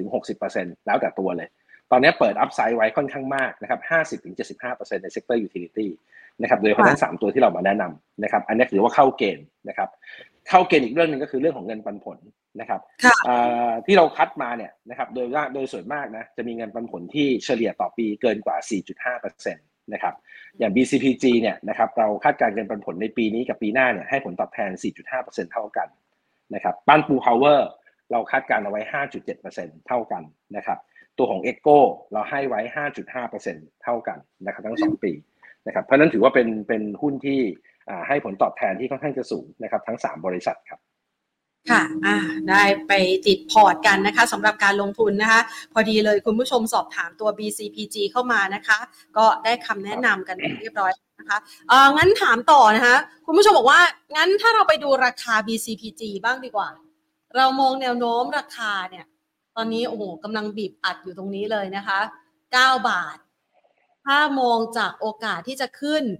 20-60% แล้วแต่ตัวเลยตอนนี้เปิดอัพไซด์ไว้ค่อนข้างมากนะครับ 50-75% ในเซกเตอร์ยูทิลิตี้นะครับโดยเฉพาะทั้ง3 ตัวที่เรามาแนะนำนะครับอันนี้ถือว่าเข้าเกณฑ์นะครับเข้าเกณฑ์อีกเรื่องนึงก็คือเรื่องของเงินปันผลนะครับที่เราคัดมาเนี่ยนะครับโดยส่วนมากนะจะมีเงินปันผลที่เฉลี่ยต่อปีเกินกว่า 4.5% นะครับอย่าง BCPG เนี่ยนะครับเราคาดการณ์เงินปันผลในปีนี้กับปีหน้าเนี่ยให้ผลตอบแทน 4.5% เท่ากันนะครับบ้านปูพาวเวอร์เราคาดการณ์เอาไว้ 5.7% เท่ากันนะครับตัวของ ECCO เราให้ไว้ 5.5% เท่ากันนะครับทั้ง2 ปีนะครับเพราะนั้นถือว่าเป็นหุ้นที่ให้ผลตอบแทนที่ค่อนข้างจะสูงนะครับทั้ง3 บริษัทครับค่ะได้ไปติดพอร์ตกันนะคะสำหรับการลงทุนนะคะพอดีเลยคุณผู้ชมสอบถามตัว BCPG เข้ามานะคะก็ได้คำแนะนำกันเรียบร้อยนะคะงั้นถามต่อนะคะคุณผู้ชมบอกว่างั้นถ้าเราไปดูราคา BCPG บ้างดีกว่าเรามองแนวโน้มราคาเนี่ยตอนนี้โอ้โหกำลังบีบอัดอยู่ตรงนี้เลยนะคะ9 บาทถ้ามองจากโอกาสที่จะขึ้น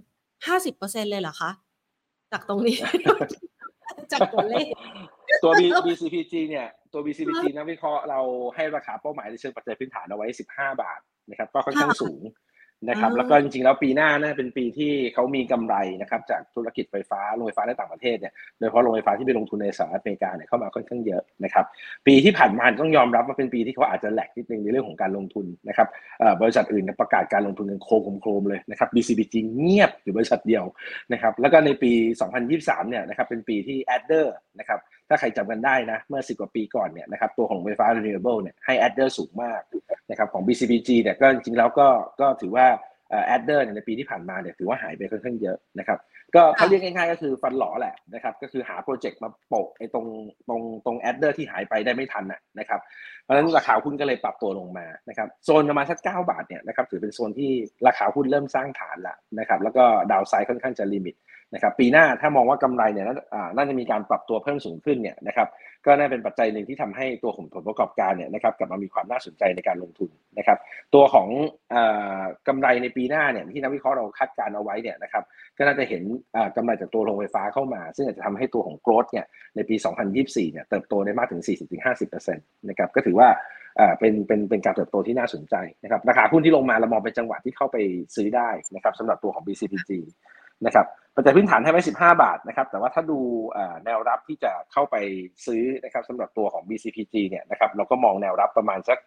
50% เลยเหรอคะจากตรงนี้ จากตัวเลขตัว BCPG เนี่ยตัว BCPG นักวิเคราะห์เราให้ราคาเป้าหมายในเชิงปัจจัยพื้นฐานเอาไว้15 บาทนะครับก็ค่อนข้างสูงนะครับแล้วก็จริงๆแล้วปีหน้าน่าเป็นปีที่เขามีกำไรนะครับจากธุรกิจไฟฟ้าโรงไฟฟ้าในต่างประเทศเนี่ยโดยเฉพาะโรงไฟฟ้าที่ไปลงทุนในสหรัฐอเมริกาเนี่ยเข้ามาค่อนข้างเยอะนะครับปีที่ผ่านมาต้องยอมรับว่าเป็นปีที่เขาอาจจะแหลกนิดนึงในเรื่องของการลงทุนนะครับบริษัทอื่นประกาศการลงทุนกันโครมเลยนะครับ BCBG เงียบอยู่บริษัทเดียวนะครับแล้วก็ในปี2023เนี่ยนะครับเป็นปีที่ Adder นะครับถ้าใครจำกันได้นะเมื่อ10กว่าปีก่อนเนี่ยนะครับตัวของไฟฟ้า Renewable เนี่ยให้ Adder สูงมากนะครับของ BCBG เนี่ยก็จริงๆแล้วก็ถือว่าAdder ในปีที่ผ่านมาเนี่ยถือว่าหายไปค่อนข้างเยอะนะครับก็ถ้าเรียกง่ายๆก็คือฟันหลอแหละนะครับก็คือหาโปรเจกต์มาโปะไอ้ตรง Adder ที่หายไปได้ไม่ทันนะครับเพราะฉะนั้นราคาหุ้นก็เลยปรับตัวลงมานะครับโซนประมาณสัก9 บาทเนี่ยนะครับถือเป็นโซนที่ราคาหุ้นเริ่มสร้างฐานแล้วนะครับแล้วก็ดาวไซด์ค่อนข้างจะลิมิตนะครับปีหน้าถ้ามองว่ากำไรเนี่ยน่าจะมีการปรับตัวเพิ่มสูงขึ้นเนี่ยนะครับก็น่าเป็นปัจจัยหนึ่งที่ทำให้ตัวของผลประกอบการเนี่ยนะครับกลับมามีความน่าสนใจในการลงทุนนะครับตัวของกำไรในปีหน้าเนี่ยที่นักวิเคราะห์เราคาดการเอาไว้เนี่ยนะครับก็น่าจะเห็นกำไรจากตัวโรงไฟฟ้าเข้ามาซึ่งอาจจะทำให้ตัวของ growth เนี่ยในปี2024เนี่ยเติบโตได้มากถึง 40-50% นะครับก็ถือว่าเป็นการเติบโตที่น่าสนใจนะครับราคาหุ้นที่ลงมาเรามองเป็นจังหวะที่เข้าไปซื้อได้นะครับสำหรับตัวของ BCPG นะครับปัจจัยพื้นฐานให้ไว้15 บาทนะครับแต่ว่าถ้าดูแนวรับที่จะเข้าไปซื้อนะครับสำหรับตัวของ BCPG เนี่ยนะครับเราก็มองแนวรับประมาณสัก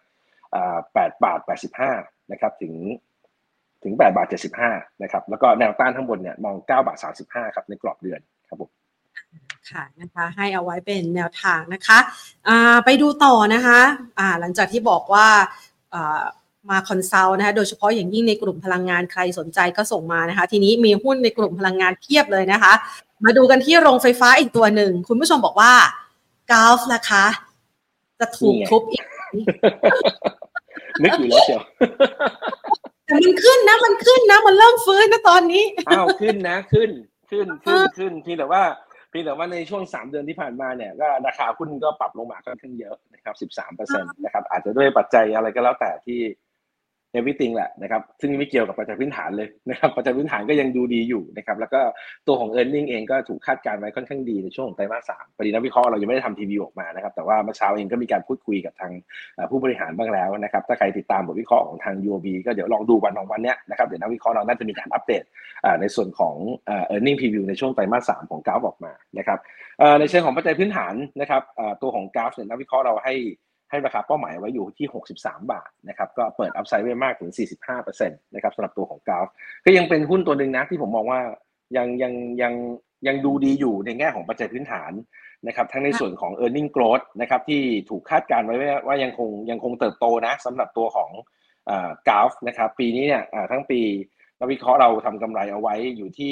8 บาท 85นะครับถึง8 บาท 75นะครับแล้วก็แนวต้านข้างบนเนี่ยมอง9 บาท 35ครับในกรอบเดือนครับผมค่ะนะคะให้เอาไว้เป็นแนวทางนะคะไปดูต่อนะคะหลังจากที่บอกว่ามาคอนซัลท์นะคะโดยเฉพาะอย่างยิ่งในกลุ่มพลังงานใครสนใจก็ส่งมานะคะทีนี้มีหุ้นในกลุ่มพลังงานเพียบเลยนะคะมาดูกันที่โรงไฟฟ้าอีกตัวหนึ่งคุณผู้ชมบอกว่ากาฟนะคะจะถูกทุบอีกนึกอยู่แล้วเชียวแต่มันขึ้นนะมันเริ่มฟื้นนะตอนนี้ขึ้นนะขึ้นเพียงแต่ว่าในช่วง3 เดือนที่ผ่านมาเนี่ยก็ราคาหุ้นก็ปรับลงมาค่อนข้างเยอะนะครับ 13% นะครับอาจจะด้วยปัจจัยอะไรก็แล้วแต่ที่ everything แหละนะครับซึ่งไม่เกี่ยวกับปัจจัยพื้นฐานเลยนะครับปัจจัยพื้นฐานก็ยังดูดีอยู่นะครับแล้วก็ตัวของ earning เองก็ถูกคาดการณ์ไว้ค่อนข้างดีในช่วงของไตรมาส 3พอดีนักวิเคราะห์เรายังไม่ได้ทำทีวีออกมานะครับแต่ว่าเมื่อเช้าเองก็มีการพูดคุยกับทางผู้บริหารบ้างแล้วนะครับถ้าใครติดตามบทวิเคราะห์ของทาง UOB ก็เดี๋ยวลองดูวันของวันเนี้ยนะครับเดี๋ยวนักวิเคราะห์เราน่าจะมีการอัปเดตในส่วนของearning preview ในช่วงไตรมาส 3ของกราฟออกมานะครับในเชิงของปัจจัยพื้นฐานนะครับตัวของกราฟเนี่ยนักวิเคราะห์เราให้ราคาเป้าหมายไว้อยู่ที่63 บาทนะครับก็เปิดอัพไซด์ไว้มากถึง 45% นะครับสำหรับตัวของกราฟก็ยังเป็นหุ้นตัวหนึ่งนะที่ผมมองว่ายังดูดีอยู่ในแง่ของปัจจัยพื้นฐานนะครับทั้งในส่วนของ earning growth นะครับที่ถูกคาดการณ์ไว้ว่ายังคงเติบโตนะสำหรับตัวของกราฟนะครับปีนี้เนี่ยทั้งปีนักวิเคราะห์เราทำกำไรเอาไว้อยู่ที่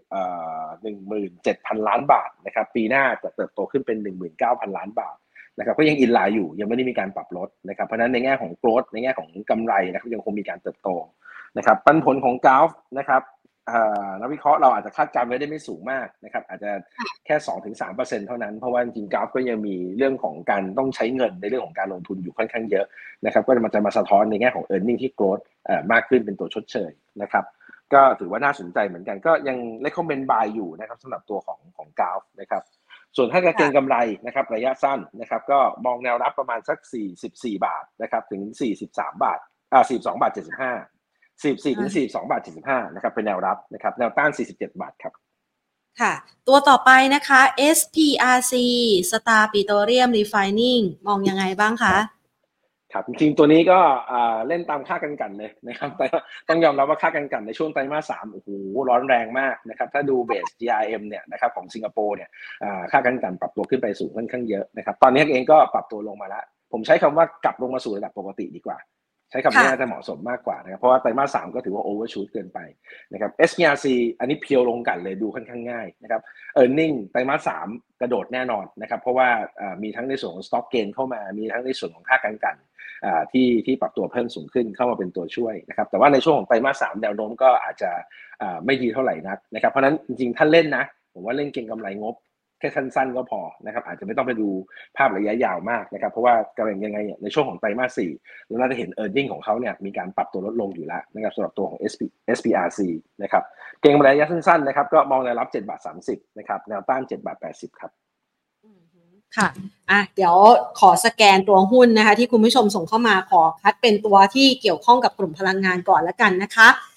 17,000 ล้านบาทนะครับปีหน้าจะเติบโตขึ้นเป็น 19,000 ล้านบาทนะครับก็ยังอินไลน์อยู่ยังไม่ได้มีการปรับลดนะครับเพราะฉะนั้นในแง่ของ growth ในแง่ของกำไรนะครับยังคงมีการเติบโตนะครับปันผลของกราฟนะครับนักวิเคราะห์เราอาจจะคาดการณ์ไว้ได้ไม่สูงมากนะครับอาจจะแค่ 2-3% เท่านั้นเพราะว่าจริงๆกราฟก็ยังมีเรื่องของการต้องใช้เงินในเรื่องของการลงทุนอยู่ค่อนข้างเยอะนะครับก็มันจะมาสะท้อนในแง่ของ earning ที่ growth มากขึ้นเป็นตัวชดเชยนะครับก็ถือว่าน่าสนใจเหมือนกันก็ยัง recommend buy อยู่นะครับสำหรับตัวของกราฟนะครับส่วนถ้าจะเก็งกำไรนะครับระยะสั้นนะครับก็มองแนวรับประมาณสัก44 บาทนะครับถึง43 บาท42 บาท 75 44 ถึง 42 บาท 75นะครับเป็นแนวรับนะครับแนวต้าน47 บาทครับค่ะตัวต่อไปนะคะ SPRC Star Petroleum Refining มองยังไงบ้างคะครับจริงๆตัวนี้ก็เล่นตามค่ากันเลยนะครับแต่ต้องยอมรับว่าค่ากันในช่วงไตรมาส 3โอ้โหร้อนแรงมากนะครับถ้าดูเบส GRM เนี่ยนะครับของสิงคโปร์เนี่ยค่ากันปรับตัวขึ้นไปสูงค่อนข้างเยอะนะครับตอนนี้เองก็ปรับตัวลงมาแล้วผมใช้คำว่ากลับลงมาสู่ระดับปกติดีกว่าใช้คำนี้น่าจะเหมาะสมมากกว่านะครับเพราะว่าไตรมาส 3ก็ถือว่า overshoot เกินไปนะครับ SPRC อันนี้เพียวลงกันเลยดูค่อนข้างง่ายนะครับ earning ไตรมาส 3กระโดดแน่นอนนะครับเพราะว่ามีทั้งในส่วนของ stock gain เข้ามามีทั้งในส่วนของค่ากันที่ปรับตัวเพิ่มสูงขึ้นเข้ามาเป็นตัวช่วยนะครับแต่ว่าในช่วงของไตรมาส 3แนวโน้มก็อาจจะไม่ดีเท่าไหร่นักนะครับเพราะนั้นจริงๆท่านเล่นนะผมว่าเล่นเก็งกำไรงบแค่สั้นๆก็พอนะครับอาจจะไม่ต้องไปดูภาพระยะยาวมากนะครับเพราะว่ากำลังยังไงในช่วงของไตรมาส 4เราน่าจะเห็น earning ของเขาเนี่ยมีการปรับตัวลดลงอยู่แล้วนะครับสำหรับตัวของ SPRC นะครับเก็งกำไรระยะสั้นๆนะครับก็มองแนวรับ7 บาท 30นะครับแนวต้าน7 บาท 80ครับค่ะเดี๋ยวขอสแกนตัวหุ้นนะคะที่คุณผู้ชมส่งเข้ามาขอคัดเป็นตัวที่เกี่ยวข้องกับกลุ่มพลังงานก่อนละกันนะคะ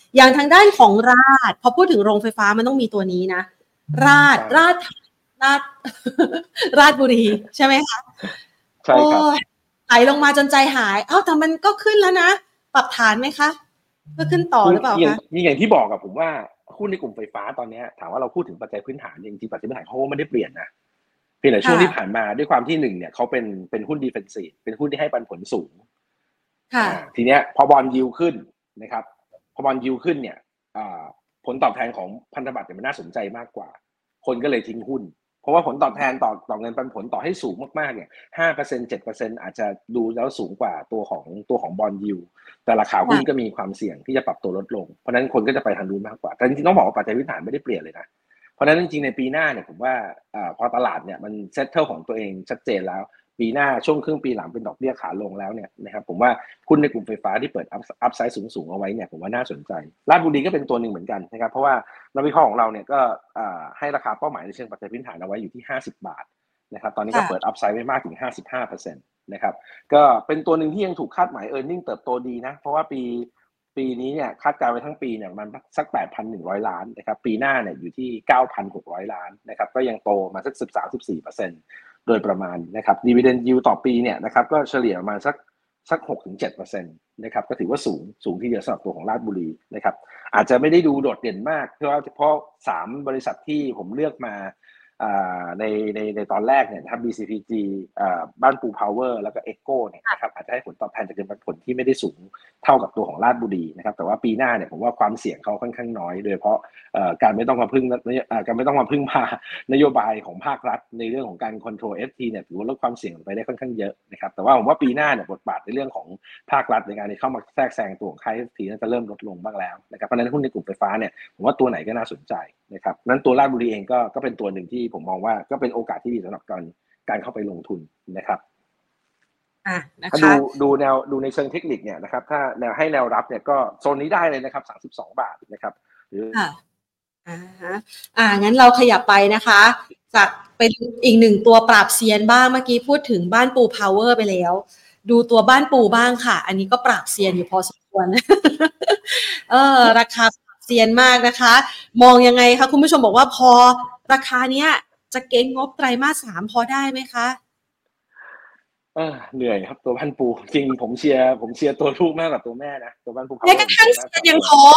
อย่างทางด้านของราดพอพูดถึงโรงไฟฟ้ามันต้องมีตัวนี้นะราดราชบุรีใช่ไหมคะใช่ครับไหลลงมาจนใจหายแต่มันก็ขึ้นแล้วนะปรับฐานไหมคะก็ขึ้นต่อหรือเปล่าคะอย่างที่บอกกับผมว่าหุ้นในกลุ่มไฟฟ้าตอนนี้ถามว่าเราพูดถึงปัจจัยพื้นฐานจริงๆปัจจัยพื้นฐานเขาไม่ได้เปลี่ยนนะเพียงแต่ช่วงที่ผ่านมาด้วยความที่หนึ่งเนี่ยเขาเป็นหุ้นดิเฟนซีฟเป็นหุ้นที่ให้ปันผลสูงทีเนี้ยพอบอนด์ยิลด์ขึ้นนะครับพอบอนด์ยิลด์ขึ้นเนี่ยผลตอบแทนของพันธบัตรเนี่ยมันน่าสนใจมากกว่าคนก็เลยทิ้งหุ้นเพราะว่าผลตอบแทนต่อเงินปันผลต่อให้สูงมากๆเนี่ย 5% 7% อาจจะดูแล้วสูงกว่าตัวของบอนด์ยิลด์แต่ราคาหุ้นก็มีความเสี่ยงที่จะปรับตัวลดลงเพราะนั้นคนก็จะไปทางนู้นมากกว่าแต่จริงๆต้องบอกว่าปัจจัยพื้นฐานไม่ได้เปลี่ยนเลยนะเพราะนั้นจริงๆในปีหน้าเนี่ยผมว่าพอตลาดเนี่ยมันเซตเทิลของตัวเองชัดเจนแล้วปีหน้าช่วงครึ่งปีหลังเป็นดอกเบี้ยขาลงแล้วเนี่ยนะครับผมว่าหุ้นในกลุ่มไฟฟ้าที่เปิดอัพไซด์สูงๆเอาไว้เนี่ยผมว่าน่าสนใจราชบุรีก็เป็นตัวหนึ่งเหมือนกันนะครับเพราะว่านักวิเคราะห์ของเราเนี่ยก็ให้ราคาเป้าหมายในเชิงปัจจัยพื้นฐานเอาไว้อยู่ที่50 บาทนะครับตอนนี้ก็เปิดอัพไซด์ไว้มากถึง 55% นะครับก็เป็นตัวหนึ่งที่ยังถูกคาดหมาย earning เติบโตดีนะเพราะว่าปีนี้เนี่ยคาดการไว้ทั้งปีเนี่ยมันสัก 8,100 ล้านนะครับปีหน้าเนี่ยอยู่ที่ 9,600 ล้านนะครับก็ยังโตมาสัก 13-14% โดยประมาณนะครับ dividend yield ต่อปีเนี่ยนะครับก็เฉลี่ยมาสัก 6-7% นะครับก็ถือว่าสูงที่เดียวสำหรับตัวของราชบุรีนะครับอาจจะไม่ได้ดูโดดเด่นมากเพราะ3บริษัทที่ผมเลือกมาในตอนแรกเนี่ยนะครับ BCPG บ้านปูพาวเวอร์แล้วก็ Echo เนี่ยนะครับอาจจะให้ผลตอบแทนจากเงินปันผลที่ไม่ได้สูงเท่ากับตัวของราชบุรีนะครับแต่ว่าปีหน้าเนี่ยผมว่าความเสี่ยงเขาค่อนข้างน้อยโดยเฉพาะการไม่ต้องมาพึ่งพานโยบายของภาครัฐในเรื่องของการ control FT เนี่ยถือว่าลดความเสี่ยงไปได้ค่อนข้างเยอะนะครับแต่ว่าผมว่าปีหน้าเนี่ยบทบาทในเรื่องของภาครัฐในการที่เข้ามาแทรกแซงตัวของค่าย FT น่าจะเริ่มลดลงบ้างแล้วนะครับเพราะฉะนั้นหุ้นในกลุ่มไฟฟ้าเนี่ยผมว่าตัวไหนก็น่าสนใจนะครับนั้นตัวราชบุรีเองก็เป็นตัวหนึ่งที่ผมมองว่าก็เป็นโอกาสที่ดีสำหรับการเข้าไปลงทุนนะครับถ้าดูในเชิงเทคนิคเนี่ยนะครับถ้าแนวรับเนี่ยก็โซนนี้ได้เลยนะครับ32 บาทนะครับหรืองั้นเราขยับไปนะคะจากเป็นอีกหนึ่งตัวปราบเซียนบ้างเมื่อกี้พูดถึงบ้านปูพาวเวอร์ไปแล้วดูตัวบ้านปูบ้างค่ะอันนี้ก็ปราบเซียนอยู่พอสมควรราคาเซียนมากนะคะมองยังไงคะคุณผู้ชมบอกว่าพอราคาเนี้ยจะเก็งงบไตรมาส 3พอได้ไหมคะเหนื่อยครับตัวบ้านปูจริงผมเชียร์ตัวลูกมากกว่าตัวแม่นะตัวบ้านปูเขากระทั่งเซียนยังท้อ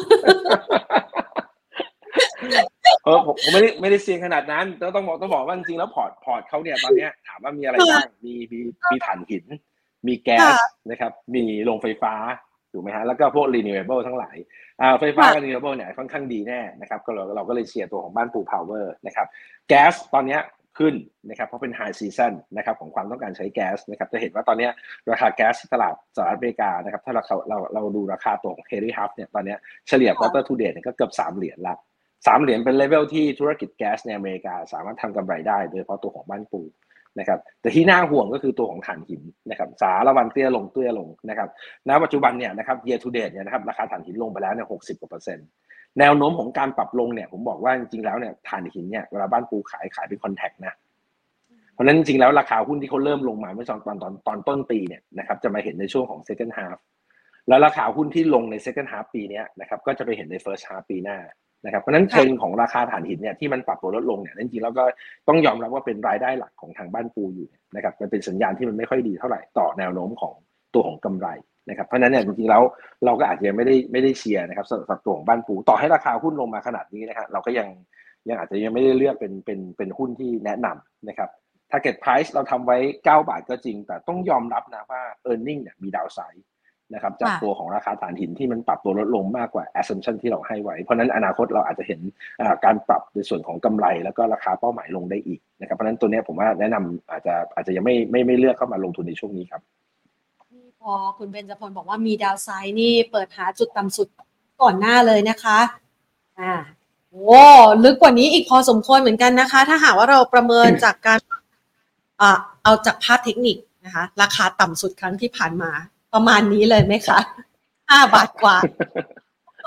ผมไม่ได้เซียนขนาดนั้นต้องบอกว่าจริงๆแล้วพอร์ตเขาเนี่ยตอนนี้ถามว่ามีอะไรบ้างมีถ่านหินมีแก๊สนะครับมีโรงไฟฟ้าถูกไหมฮะแล้วก็พวก renewable ทั้งหลายไฟฟ้ากับ renewable เนี่ยค่อนข้างดีแน่นะครับก็เราก็เลยเชียร์ตัวของบ้านปูพาวเวอร์นะครับแก๊สตอนนี้ขึ้นนะครับเพราะเป็น high season นะครับของความต้องการใช้แก๊สนะครับจะเห็นว่าตอนนี้ราคาแก๊สตลาดสหรัฐอเมริกานะครับถ้าเราดูราคาตัวของ Henry Hub เนี่ยตอนนี้เฉลี่ย quarter to date เนี่ยก็เกือบ$3ละ$3เป็นเลเวลที่ธุรกิจแก๊สในอเมริกาสามารถทำกำไรได้โดยเฉพาะตัวของบ้านปูนะครับแต่ที่น่าห่วงก็คือตัวของถ่านหินนะครับสารวันเตี้ยลงนะครับณปัจจุบันเนี่ยนะครับ year to date เนี่ยนะครับราคาถ่านหินลงไปแล้วเนี่ย60%แนวโน้มของการปรับลงเนี่ยผมบอกว่าจริงๆแล้วเนี่ยถ่านหินเนี่ยเวลาบ้านปูขายเป็นคอนแทคนะเพราะนั้นจริงๆแล้วราคาหุ้นที่เขาเริ่มลงมาเมื่อตอนต้นปีเนี่ยนะครับจะมาเห็นในช่วงของ second half แล้วราคาหุ้นที่ลงใน second half ปีนี้นะครับก็จะไปเห็นใน first half ปีหน้านะครับเพราะนั้นเทรนด์ของราคาถ่านหินเนี่ยที่มันปรับตัวลดลงเนี่ยจริงๆแล้วก็ต้องยอมรับว่าเป็นรายได้หลักของทางบ้านปูอยู่นะครับมันเป็นสัญญาณที่มันไม่ค่อยดีเท่าไหร่ต่อแนวโน้มของตัวของกำไรนะครับเพราะนั้นเนี่ยจริงๆแล้วเราก็อาจจะไม่ได้เชียร์นะครับสำหรับตัวของบ้านปูต่อให้ราคาหุ้นลงมาขนาดนี้นะฮะเราก็ยังอาจจะยังไม่ได้เลือกเป็นหุ้นที่แนะนำนะครับ target price เราทำไว้9 บาทก็จริงแต่ต้องยอมรับนะว่า earning เนี่ยมีดาวไซด์นะครับจากตัวของราคาถ่านหินที่มันปรับตัวลดลงมากกว่า assumption ที่เราให้ไว้เพราะนั้นอนาคตเราอาจจะเห็นการปรับในส่วนของกำไรแล้วก็ราคาเป้าหมายลงได้อีกนะครับเพราะนั้นตัวนี้ผมว่าแนะนำอาจจะยังไม่เลือกเข้ามาลงทุนในช่วงนี้ครับพอคุณเบญจพลบอกว่ามีดาวไซด์นี่เปิดหาจุดต่ำสุดก่อนหน้าเลยนะคะโอ้ลึกกว่านี้อีกพอสมควรเหมือนกันนะคะถ้าหากว่าเราประเมินจากการเอาจากภาพเทคนิคนะคะราคาต่ำสุดครั้งที่ผ่านมาประมาณนี้เลยไหมคะ5 บาทกว่า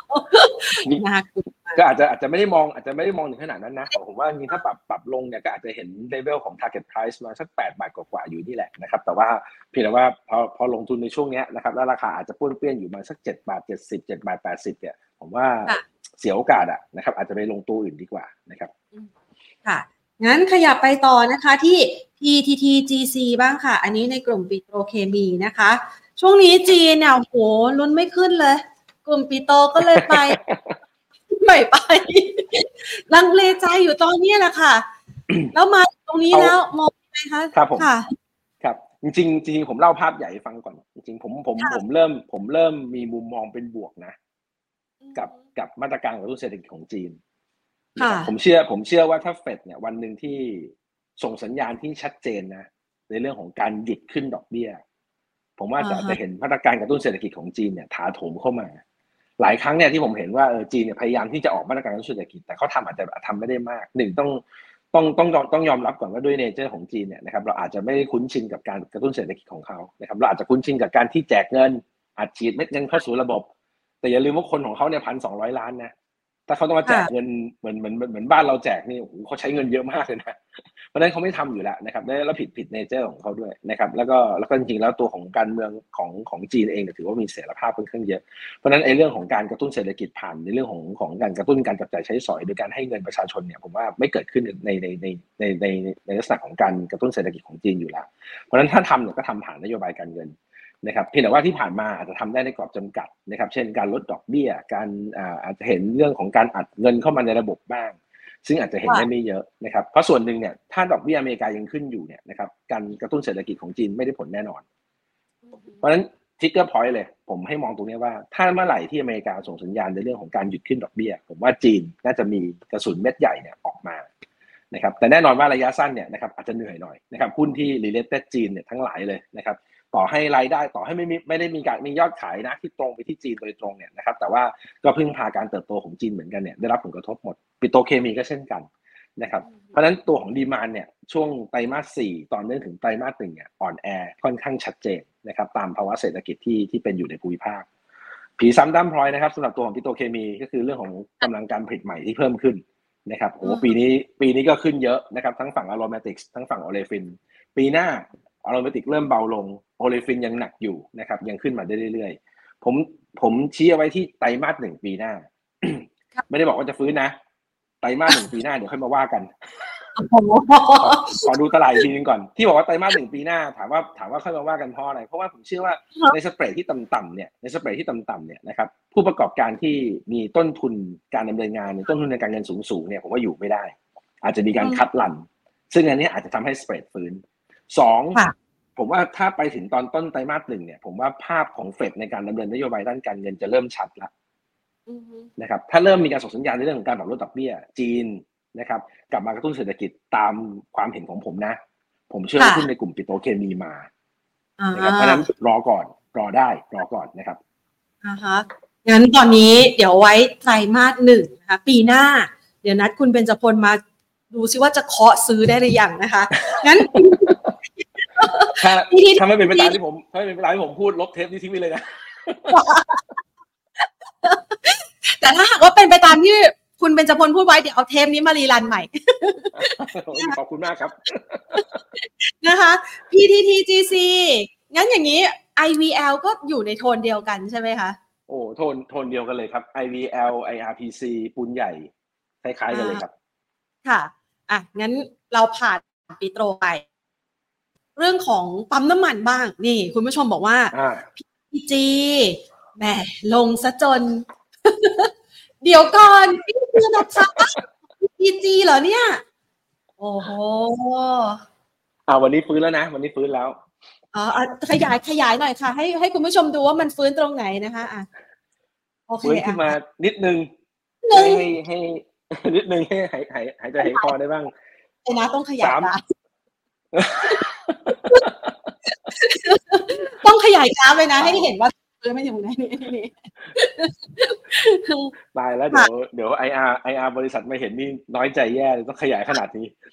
นะคะก็อาจจะไม่ได้มองถึงขนาดนั้นนะผมว่าจริงถ้าปรับลงเนี่ยก็อาจจะเห็นเลเวลของ target price มาสัก8 บาทกว่าอยู่นี่แหละนะครับแต่ว่าเพียงแต่ว่าพอลงทุนในช่วงนี้นะครับแล้วราคาอาจจะป้วนเปี้ยนอยู่มาสัก7 บาท 70 7 บาท 80เนี่ยผมว่าเสียโอกาสนะครับอาจจะไปลงตัวอื่นดีกว่านะครับค่ะงั้นขยับไปต่อนะคะที่ PTTGC บ้างค่ะอันนี้ในกลุ่มปิโตรเคมีนะคะช่วงนี้จีนเนี่ยโหลุ้นไม่ขึ้นเลยกลุ่มปิโตก็เลยไปไม่ไปลังเลใจอยู่ตอนนี้แหละค่ะแล้วมาตรงนี้แล้วมองยังไงคะครับผมครับจริงผมเล่าภาพใหญ่ฟังก่อนจริงผมเริ่มมีมุมมองเป็นบวกนะกับมาตรการกระตุ้นเศรษฐกิจของจีนผมเชื่อว่าถ้าเฟดเนี่ยวันหนึ่งที่ส่งสัญญาณที่ชัดเจนนะในเรื่องของการหยุดขึ้นดอกเบี้ยผมว่าจะเห็นมาตรการกระตุ้นเศรษฐกิจของจีนเนี่ยถาโถมเข้ามาหลายครั้งเนี่ยที่ผมเห็นว่าจีนเนี่ยพยายามที่จะออกมาตรการกระตุ้นเศรษฐกิจแต่เขาอาจจะทำไม่ได้มากหนึ่งต้องยอมรับก่อนว่าด้วยเนเจอร์ของจีนเนี่ยนะครับเราอาจจะไม่ได้คุ้นชินกับการกระตุ้นเศรษฐกิจของเขานะครับเราอาจจะคุ้นชินกับการที่แจกเงินอัดฉีดเม็ดเงินเข้าสู่ระบบแต่อย่าลืมว่าคนของเขาเนี่ย1,200 ล้านนะถ้าเขาต้องมาแจกเงินเหมือนบ้านเราแจกนี่โอ้โหเขาใช้เงินเยอะมากเลยนะเพราะฉะนั้นเขาไม่ทำอยู่แล้วนะครับแล้วผิดเนเจอร์ของเขาด้วยนะครับแล้วก็จริงๆแล้วตัวของการเมืองของจีนเองถือว่ามีเสรีภาพค่อนข้างเยอะเพราะฉะนั้นเรื่องของการกระตุ้นเศรษฐกิจผ่านในเรื่องของการกระตุ้นการจับจ่ายใช้สอยโดยการให้เงินประชาชนเนี่ยผมว่าไม่เกิดขึ้นในลักษณะของการกระตุ้นเศรษฐกิจของจีนอยู่แล้วเพราะฉะนั้นถ้าทำเนี่ยก็ทำผ่านนโยบายการเงินนะครับเพียงแต่ว่าที่ผ่านมาอาจจะทำได้ในกรอบจำกัดนะครับเช่นการลดดอกเบี้ยการอาจจะเห็นเรื่องของการอัดเงินเข้ามาในระบบบ้างซึ่งอาจจะเห็นได้ไม่เยอะนะครับเพราะส่วนหนึ่งเนี่ยถ้าดอกเบี้ยอเมริกายังขึ้นอยู่เนี่ยนะครับการกระตุ้นเศรษฐกิจของจีนไม่ได้ผลแน่นอนเพราะฉะนั้นทิกเกอร์พอยต์เลยผมให้มองตรงนี้ว่าถ้าเมื่อไหร่ที่อเมริกาส่งสัญญาณในเรื่องของการหยุดขึ้นดอกเบี้ยผมว่าจีนน่าจะมีกระสุนเม็ดใหญ่เนี่ยออกมานะครับแต่แน่นอนว่าระยะสั้นเนี่ยนะครับอาจจะเหนื่อยหน่อยนะครับหุ้นที่ related จีนเนี่ยทั้งหลายเลยนะครับต่อให้รายได้ต่อให้ไม่ได้มียอดขายนะที่ตรงไปที่จีนโดยตรงเนี่ยนะครับแต่ว่าก็พึ่งพาการเติบโตของจีนเหมือนกันเนี่ยได้รับผลกระทบหมดปิโตรเคมีก็เช่นกันนะครับเพราะฉะนั้นตัวของดีมานด์เนี่ยช่วงไตรมาส4ต่อเนื่องถึงไตรมาส1เนี่ยอ่อนแอค่อนข้างชัดเจนนะครับตามภาวะเศรษฐกิจที่เป็นอยู่ในภูมิภาคผีซ้ำด้ำพลอยนะครับสำหรับตัวของปิโตรเคมีก็คือเรื่องของกำลังการผลิตใหม่ที่เพิ่มขึ้นนะครับโอ้ปีนี้ก็ขึ้นเยอะนะครับทั้งฝั่งอะโรมาติกส์ทั้งฝั่งโอเลฟินปีหน้าอะโรมาติกเริ่มเบาลงโอเลฟินยังหนักอยู่นะครับยังขึ้นมาได้เรื่อยๆผมชี้เอาไว้ที่ไตรมาส1ปีหน้า ไม่ได้บอกว่าจะฟื้นนะไตรมาส1ปีหน้าเดี๋ยวค่อยมาว่ากันขอดูตลาดอีกทีนึงก่อนที่บอกว่าไตรมาส1ปีหน้าถามว่าค่อยมาว่ากันเพราะอะไรเพราะว่าผมเชื่อว่าในสเปรดที่ต่ำๆเนี่ยนะครับผู้ประกอบการที่มีต้นทุนการดำเนินงานต้นทุนในการเงินสูงเนี่ยผมว่าอยู่ไม่ได้อาจจะมีการคัดลันซึ่งอันนี้อาจจะทำให้สเปรดฟื้น2ผมว่าถ้าไปถึงตอนต้นไตรมาส1เนี่ยผมว่าภาพของเฟดในการดำเนินนโยบายด้านการเงินจะเริ่มชัดแล้วนะครับถ้าเริ่มมีการส่งสัญญาณในเรื่องของการปรับลดดอกเบี้ยจีนนะครับกลับมากระตุ้นเศรษฐกิจตามความเห็นของผมนะผมเชื่อว่าหุ้นในกลุ่มปิโตรเคมีมานะครับเพราะฉะนั้นรอก่อนนะครับงั้นตอนนี้เดี๋ยวไว้ไตรมาส1นะคะปีหน้าเดี๋ยวนัดคุณเบญจพลมาดูซิว่าจะเคาะซื้อได้หรือยังนะคะงั้นถ้าไม่เป็นไปตามที่ผมพูดลบเทปนี้ทิ้งไปเลยนะแต่ถ้าหากว่าเป็นไปตามที่คุณเบญจพลพูดไว้เดี๋ยวเอาเทปนี้มารีรันใหม่ขอบคุณมากครับนะคะ PTTGC งั้นอย่างนี้ IVL ก็อยู่ในโทนเดียวกันใช่ไหมคะโอ้โทนเดียวกันเลยครับ IVL IRPC ปูนใหญ่คล้ายๆกันเลยครับค่ะงั้นเราผ่านปิโตรไปเรื่องของปั๊มน้ำมันบ้างนี่คุณผู้ชมบอกว่า PG แหมลงซะจน เดี๋ยวก่อนนี่คือนะคะ PG เหรอเนี่ยโอ้โหวันนี้ฟื้นแล้วนะวันนี้ฟื้นแล้วขยายหน่อยค่ะให้คุณผู้ชมดูว่ามันฟื้นตรงไหนนะคะโอเคฟื้นขึ้นมานิดนึงให้นิดนึงให้หายใจหายคอได้บ้างนะต้องขยายต้องขยายกราฟเลยนะให้เห็นว่าฟื้นไม่อยู่ในนี้ตายแล้วเดี๋ยว IR บริษัทไม่เห็นนี่น้อยใจแย่เลยต้องขยายขนาดนี้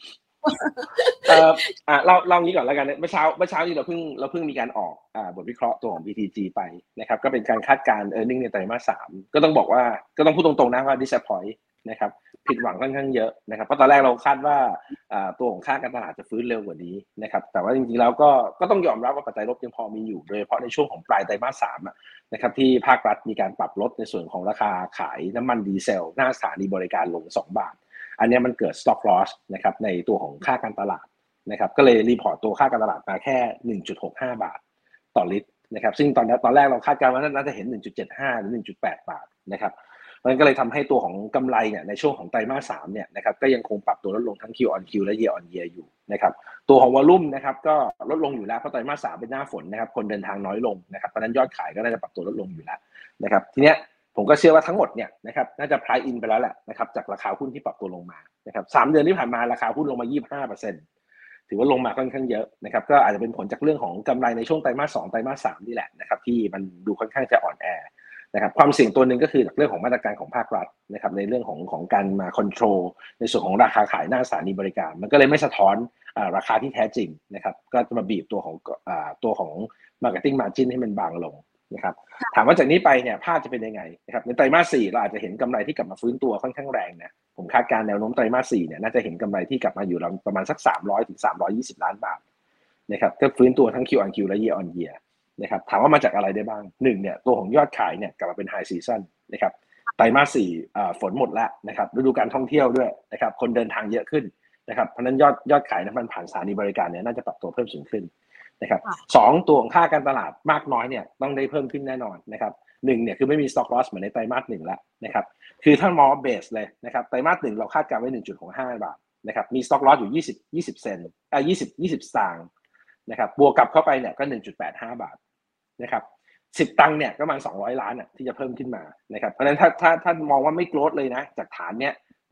เล่างี้ก่อนแล้วกันเมื่อเช้านี้เราเพิ่งมีการออกบทวิเคราะห์ตัวของ BTG ไปนะครับก็เป็นการคาดการณ์ earning ในไตรมาส3ก็ต้องบอกว่าก็ต้องพูดตรงๆนะว่า disappoint นะครับผิดหวังค่อนข้างเยอะนะครับเพราะตอนแรกเราคาดว่าตัวของค่าการตลาดจะฟื้นเร็วกว่านี้นะครับแต่ว่าจริงๆแล้วก็ต้องยอมรับว่าปัจจัยลบยังพอมีอยู่โดยเฉพาะในช่วงของปลายไตรมาส3นะครับที่ภาครัฐมีการปรับลดในส่วนของราคาขายน้ำมันดีเซลหน้าสถานีบริการลง2 บาทอันนี้มันเกิด stock loss นะครับในตัวของค่าการตลาดนะครับก็เลยรีพอร์ตตัวค่าการตลาดมาแค่ 1.65 บาทต่อลิตรนะครับซึ่งตอนแรกเราคาดการณ์ว่าน่าจะเห็น 1.75 หรือ 1.8 บาทนะครับมันก็เลยทำให้ตัวของกำไรเนี่ยในช่วงของไตรมาส3เนี่ยนะครับก็ยังคงปรับตัวลดลงทั้ง Q on Q และ Year on Year อยู่นะครับตัวของวอลลุ่มนะครับก็ลดลงอยู่แล้วเพราะไตรมาส3เป็นหน้าฝนนะครับคนเดินทางน้อยลงนะครับเพราะนั้นยอดขายก็น่าจะปรับตัวลดลงอยู่แล้วนะครับทีเนี้ยผมก็เชื่อว่าทั้งหมดเนี่ยนะครับน่าจะ price in ไปแล้วแหละนะครับจากราคาหุ้นที่ปรับตัวลงมานะครับ3 เดือนที่ผ่านมาราคาหุ้นลงมา 25%ถือว่าลงมาค่อนข้างเยอะนะครับก็อาจจะเป็นผลจากเรื่องของกำไรในช่วงไตรมาส2ไตรมาส3นี่แหละนะครับที่มันดูค่อนข้างจะอ่อนแอนะครับความเสี่ยงตัวหนึ่งก็คือจากเรื่องของมาตรการของภาครัฐนะครับในเรื่องของการมาคอนโทรลในส่วนของราคาขายหน้าสถานีบริการมันก็เลยไม่สะท้อนราคาที่แท้จริงนะครับก็จะมาบีบตัวของ marketing margin ให้มันบางลงนะครับถามว่าจากนี้ไปเนี่ยภาพจะเป็นยังไงนะครับในไตรมาส4เราอาจจะเห็นกำไรที่กลับมาฟื้นตัวค่อนข้างแรงนะผมคาดการณ์แนวโน้มไตรมาส4เนี่ยน่าจะเห็นกำไรที่กลับมาอยู่ประมาณสัก300 ถึง 320 ล้านบาทนะครับก็ฟื้นตัวทั้ง Q on Q และ Year on Year นะครับถามว่ามาจากอะไรได้บ้าง1เนี่ยตัวของยอดขายเนี่ยกลับมาเป็นไฮซีซั่นนะครับไตรมาส4ฝนหมดแล้วนะครับฤดูการท่องเที่ยวด้วยนะครับคนเดินทางเยอะขึ้นนะครับเพราะนั้นยอดขายน้ำมันผ่านสถานีบริการเนี่ยน่าจะปรับตัวเพิ่มสูงขึ้นนะครับ2ตัวของค่าการตลาดมากน้อยเนี่ยต้องได้เพิ่มขึ้นแน่นอนนะครับ1เนี่ยคือไม่มี stock loss เหมือนในไตรมาส1แล้วนะครับคือถ้ามองเบสเลยนะครับไตรมาส1เราคาดการไว้ 1.65 บาทนะครับมี stock loss อยู่20เซนต์20สตางค์นะครับบวกกลับเข้าไปเนี่ยก็ 1.85 บาทนะครับ10 ตังค์เนี่ยก็ประมาณ200 ล้านที่จะเพิ่มขึ้นมานะครับเพราะฉะนั้นถ้ามองว่าไม่โกรธเลยนะจากฐานเนี้ย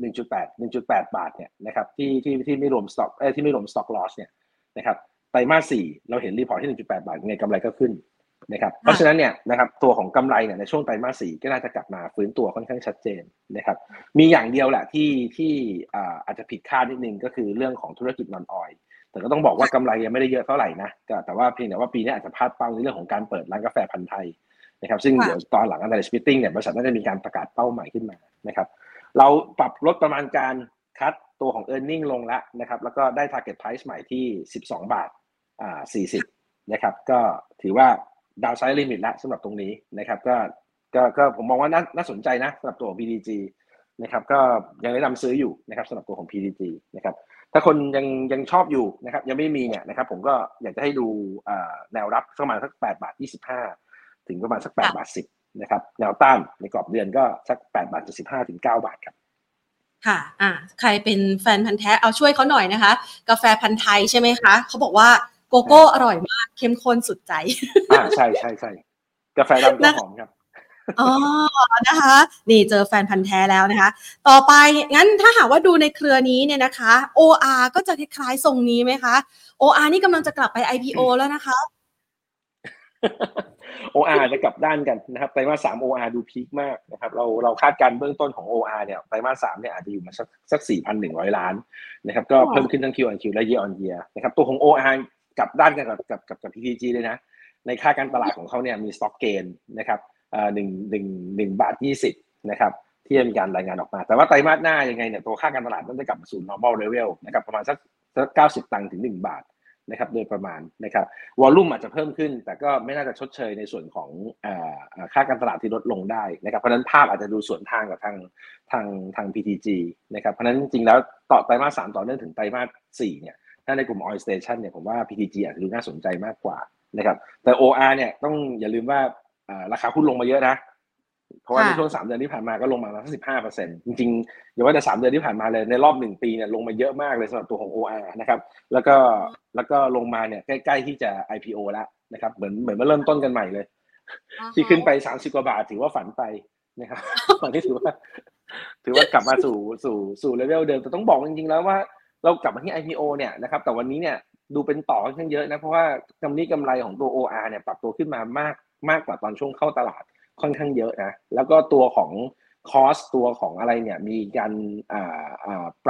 1.8 บาทเนี่ยนะครับที่ไม่รวม stock loss เนี่ยนะครับไตรมาส4เราเห็นรีพอร์ตที่ 1.8 บาทยังไงกำไรก็ขึ้นนะครับเพราะฉะนั้นเนี่ยนะครับตัวของกำไรเนี่ยในช่วงไตรมาส4ก็น่าจะกลับมาฟื้นตัวค่อนข้างชัดเจนนะครับมีอย่างเดียวแหละที่อาจจะผิดคาดนิดนึงก็คือเรื่องของธุรกิจนอนออยล์แต่ก็ต้องบอกว่ากำไรยังไม่ได้เยอะเท่าไหร่นะแต่ว่าเพียงแต่ว่าปีนี้อาจจะพลาดเป้าในเรื่องของการเปิดร้านกาแฟพันธุ์ไทยนะครับซึ่งเดี๋ยวตอนหลัง analyst meeting เนี่ยบริษัทน่าจะมีการประกาศเป้าหมายขึ้นมานะครับเราปรับลดประมาณการคัดตัวของ earning ลงแล้วนะครับแล้วก็ได้ target price ใหม่ที่12 บาท40นะครับก็ถือว่า downside limit แล้วสำหรับตรงนี้นะครับก็ผมมองว่าน่าสนใจนะสำหรับตัวของ PTG นะครับก็ยังแนะนำซื้ออยู่นะครับสำหรับตัวของ PTG นะครับถ้าคนยังชอบอยู่นะครับยังไม่มีเนี่ยนะครับผมก็อยากจะให้ดูแนวรับประมาณสัก8 บาท 25ถึงประมาณสัก8 บาท 10นะครับแนวต้านในกรอบเดือนก็สัก8 บาท 75ถึง9 บาทครับค่ะใครเป็นแฟนพันธุ์แท้เอาช่วยเขาหน่อยนะคะกาแฟพันธุ์ไทยใช่ไหมคะเขาบอกว่าโกโก้อร่อยมากเข้มข้นสุดใจใช่กาแฟดำก็หอมครับอ๋อนะคะนี่เจอแฟนพันธุ์แท้แล้วนะคะต่อไปงั้นถ้าหากว่าดูในเครือนี้เนี่ยนะคะ OR ก็จะคล้ายๆทรงนี้ไหมคะ OR นี่กำลังจะกลับไป IPO แล้วนะคะ OR จะกลับด้านกันนะครับไตรมาส3 OR ดูพีคมากนะครับเราคาดการเบื้องต้นของ OR เนี่ยไตรมาส3เนี่ยอาจจะอยู่มาสัก 4,100 ล้านนะครับก็เพิ่มขึ้นทั้ง Q on Q และ Year on Year นะครับตัวของ OR กลับด้านกันกับ PTG เลยนะในค่าการตลาดของเขาเนี่ยมี stock gain นะครับ1 บาท 20นะครับที่จะมีการรายงานออกมาแต่ว่าไตรมาสหน้ายังไงเนี่ยตัวค่าการตลาดมันจะกลับมาสู่ normal level นะครับประมาณสัก90 ตังค์ถึง1 บาทนะครับโดยประมาณนะครับวอลลุ่มอาจจะเพิ่มขึ้นแต่ก็ไม่น่าจะชดเชยในส่วนของค่าการตลาดที่ลดลงได้นะครับเพราะฉะนั้นภาพอาจจะดูสวนทางกับทาง PTG นะครับเพราะฉะนั้นจริงๆแล้วต่อไตรมาส3ต่อเนื่องถึงไตรมาส4เนี่ยถ้าในกลุ่ม Oil Station เนี่ยผมว่า PTG อาจจะดูน่าสนใจมากกว่านะครับแต่ OR เนี่ยต้องอย่าลืมว่าราคาหุ้นลงมาเยอะนะเพราะว่าในช่วง3 เดือนที่ผ่านมาก็ลงมาสัก 15% จริงๆอย่าว่าแต่3 เดือนที่ผ่านมาเลยในรอบ1 ปีเนี่ยลงมาเยอะมากเลยสำหรับตัวของ OR นะครับแล้วก็ลงมาเนี่ยใกล้ๆที่จะ IPO แล้วนะครับเหมือนมาเริ่มต้นกันใหม่เลยที่ขึ้นไป30 กว่าบาทถือว่าฝันไปนะครับตอนนี้ถือว่ากลับมาสู่เลเวลเดิมแต่ต้องบอกจริงๆแล้วว่าเรากลับมาที่ IPO เนี่ยนะครับแต่วันนี้เนี่ยดูเป็นต่อค่อนข้างเยอะนะเพราะว่ากำไรของตัว OR เนี่ยปรับตัวขึ้นมามากกว่าตอนช่วงเข้าตลาดค่อนข้างเยอะนะแล้วก็ตัวของคอสตัวของอะไรเนี่ยมีการปรับ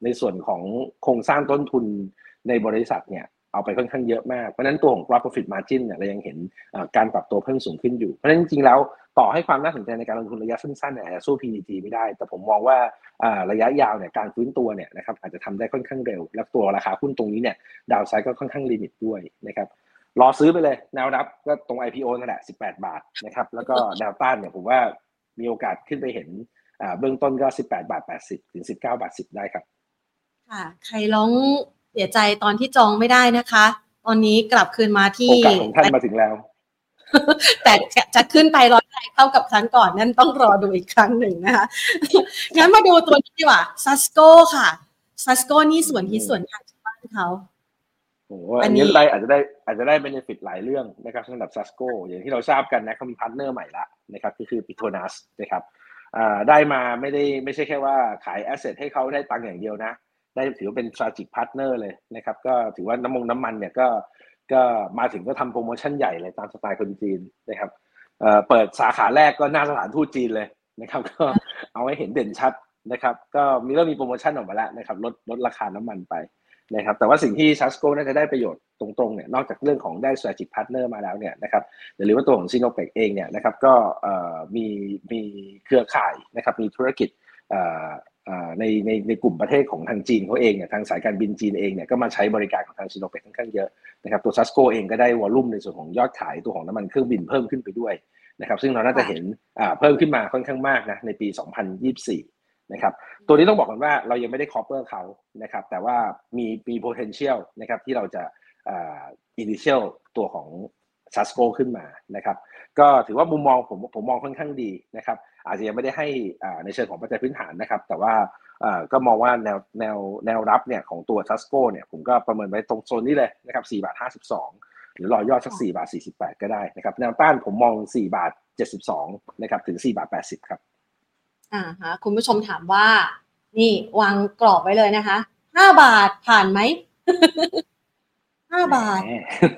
ในส่วนของโครงสร้างต้นทุนในบริษัทเนี่ยเอาไปค่อนข้างเยอะมากเพราะฉะนั้นตัวของ gross profit margin เนี่ยเรายังเห็นการปรับตัวเพิ่มสูงขึ้นอยู่เพราะฉะนั้นจริงๆแล้วต่อให้ความน่าสนใจในการลงทุนระยะสั้นๆเนี่ยอาจจะสู้ PEG ไม่ได้แต่ผมมองว่าระยะยาวเนี่ยการฟื้นตัวเนี่ยนะครับอาจจะทำได้ค่อนข้างเร็วและตัวราคาหุ้นตรงนี้เนี่ยดาวไซด์ก็ค่อนข้างลิมิตด้วยนะครับรอซื้อไปเลยแนวรับก็ตรง IPO นั่นแหละ18 บาทนะครับแล้วก็แนวต้านเนี่ยผมว่ามีโอกาสขึ้นไปเห็นเบื้องต้นก็18 บาท 80 ถึง 19 บาท 10ได้ครับค่ะใครร้องเสียใจตอนที่จองไม่ได้นะคะตอนนี้กลับคืนมาที่โอกาสของท่านมาถึงแล้วแต่จะขึ้นไปร้อยไรเท่ากับครั้งก่อนนั่นต้องรอดูอีกครั้งหนึ่งนะคะงั้นมาดูตัวนี้ดีกว่าซัสโก้ค่ะซัสโก้นี่ส่วนที่ส่วนทางชาวบ้านเขาอันนี้อาจจะได้เบเนฟิตหลายเรื่องนะครับสำหรับซัสโก้อย่างที่เราทราบกันนะเขามีพาร์ทเนอร์ใหม่ละนะครับก็คือ Petronas นะครับได้มาไม่ใช่แค่ว่าขายแอสเซทให้เขาได้ตังค์อย่างเดียวนะได้ถือว่าเป็น strategic partner เลยนะครับก็ถือว่าน้ำมันเนี่ยก็มาถึงก็ทำโปรโมชั่นใหญ่เลยตามสไตล์คนจีนนะครับเปิดสาขาแรกก็หน้าสถานทูตจีนเลยนะครับก็เอาให้เห็นเด่นชัดนะครับก็เริ่มมีโปรโมชั่นออกมาแล้วนะครับลดราคาน้ำมันไปนะครับแต่ว่าสิ่งที่ Chasco น่าจะได้ประโยชน์ตรงๆเนี่ยนอกจากเรื่องของได้ strategic partner มาแล้วเนี่ยนะครับอย่าลืมว่าตัวของ Sinopec เองเนี่ยนะครับก็มีเครือข่ายนะครับมีธุรกิจในกลุ่มประเทศของทางจีนเขาเองเนี่ยทางสายการบินจีนเองเนี่ยก็มาใช้บริการของทาง Sinopec ค่อนข้างเยอะนะครับตัว Chasco เองก็ได้วอลลุ่มในส่วนของยอดขายตัวของน้ำมันเครื่องบินเพิ่มขึ้นไปด้วยนะครับซึ่งเราน่าจะเห็นเพิ่มขึ้นมาค่อนข้างมากนะในปี 2024นะครับตัวนี้ต้องบอกกันว่าเรายังไม่ได้ cover เขานะครับแต่ว่ามี potential นะครับที่เราจะinitial ตัวของ Chasco ขึ้นมานะครับก็ถือว่ามุมมองผมมองค่อนข้างดีนะครับอาจจะยังไม่ได้ให้ในเชิงของปัจจัยพื้นฐานนะครับแต่ว่าก็มองว่าแนวรับเนี่ยของตัว Chasco เนี่ยผมก็ประเมินไว้ตรงโซนนี้เลยนะครับ4 บาท 52หรือรอยอดสัก4 บาท 48ก็ได้นะครับแนวต้านผมมอง4 บาท 72นะครับถึง4 บาท 80ครับฮะคุณผู้ชมถามว่านี่วางกรอบไว้เลยนะคะ5 บาทผ่านไหม5 บาท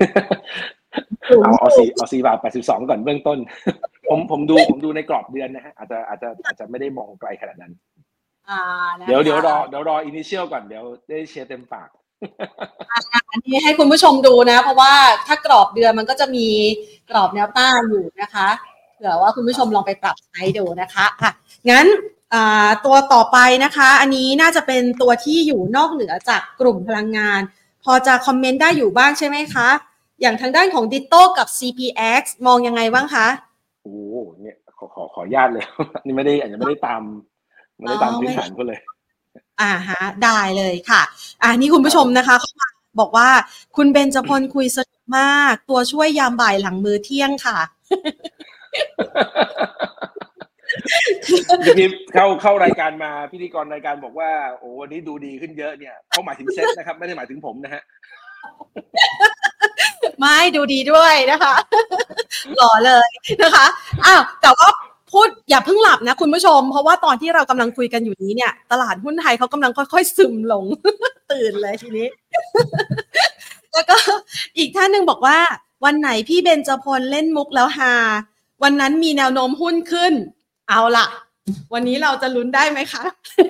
เอา4 บาท 82ก่อนเบื้องต้นผมดูในกรอบเดือนนะฮะอาจจะไม่ได้มองไกลขนาดนั้นเดี๋ยวรอ initial ก่อนเดี๋ยวได้เชียร์เต็มปากอันนี้ให้คุณผู้ชมดูนะเพราะว่าถ้ากรอบเดือนมันก็จะมีกรอบแนวต้านอยู่นะคะเผื่อว่าคุณผู้ชมลองไปปรับใช้ดูนะคะค่ะงั้นตัวต่อไปนะคะอันนี้น่าจะเป็นตัวที่อยู่นอกเหนือจากกลุ่มพลังงานพอจะคอมเมนต์ได้อยู่บ้างใช่ไหมคะอย่างทางด้านของ Ditto กับ CPX มองยังไงบ้างคะโอ้เนี่ยขอญาตเลยนี่อาจจะไม่ได้ตามพื้นฐานเขาเลยฮะได้เลยค่ะนี่คุณผู้ชมนะคะเขาบอกว่าคุณเบญจพลคุยสนุกมากตัวช่วยยามบ่ายหลังมื้อเที่ยงค่ะพี่เข้ารายการมาพิธีกรรายการบอกว่าโอ้วันนี้ดูดีขึ้นเยอะเนี่ยเขาหมายถึงเซตนะครับไม่ได้หมายถึงผมนะฮะไม่ดูดีด้วยนะคะหล่อเลยนะคะแต่ว่าพูดอย่าเพิ่งหลับนะคุณผู้ชมเพราะว่าตอนที่เรากำลังคุยกันอยู่นี้เนี่ยตลาดหุ้นไทยเขากำลังค่อยๆซึมลง ตื่นเลยทีนี้ แล้วก็อีกท่านหนึ่งบอกว่าวันไหนพี่เบญจพลเล่นมุกแล้วฮาวันนั้นมีแนวโน้มหุ้นขึ้นเอาล่ะวันนี้เราจะลุ้นได้ไหมคะ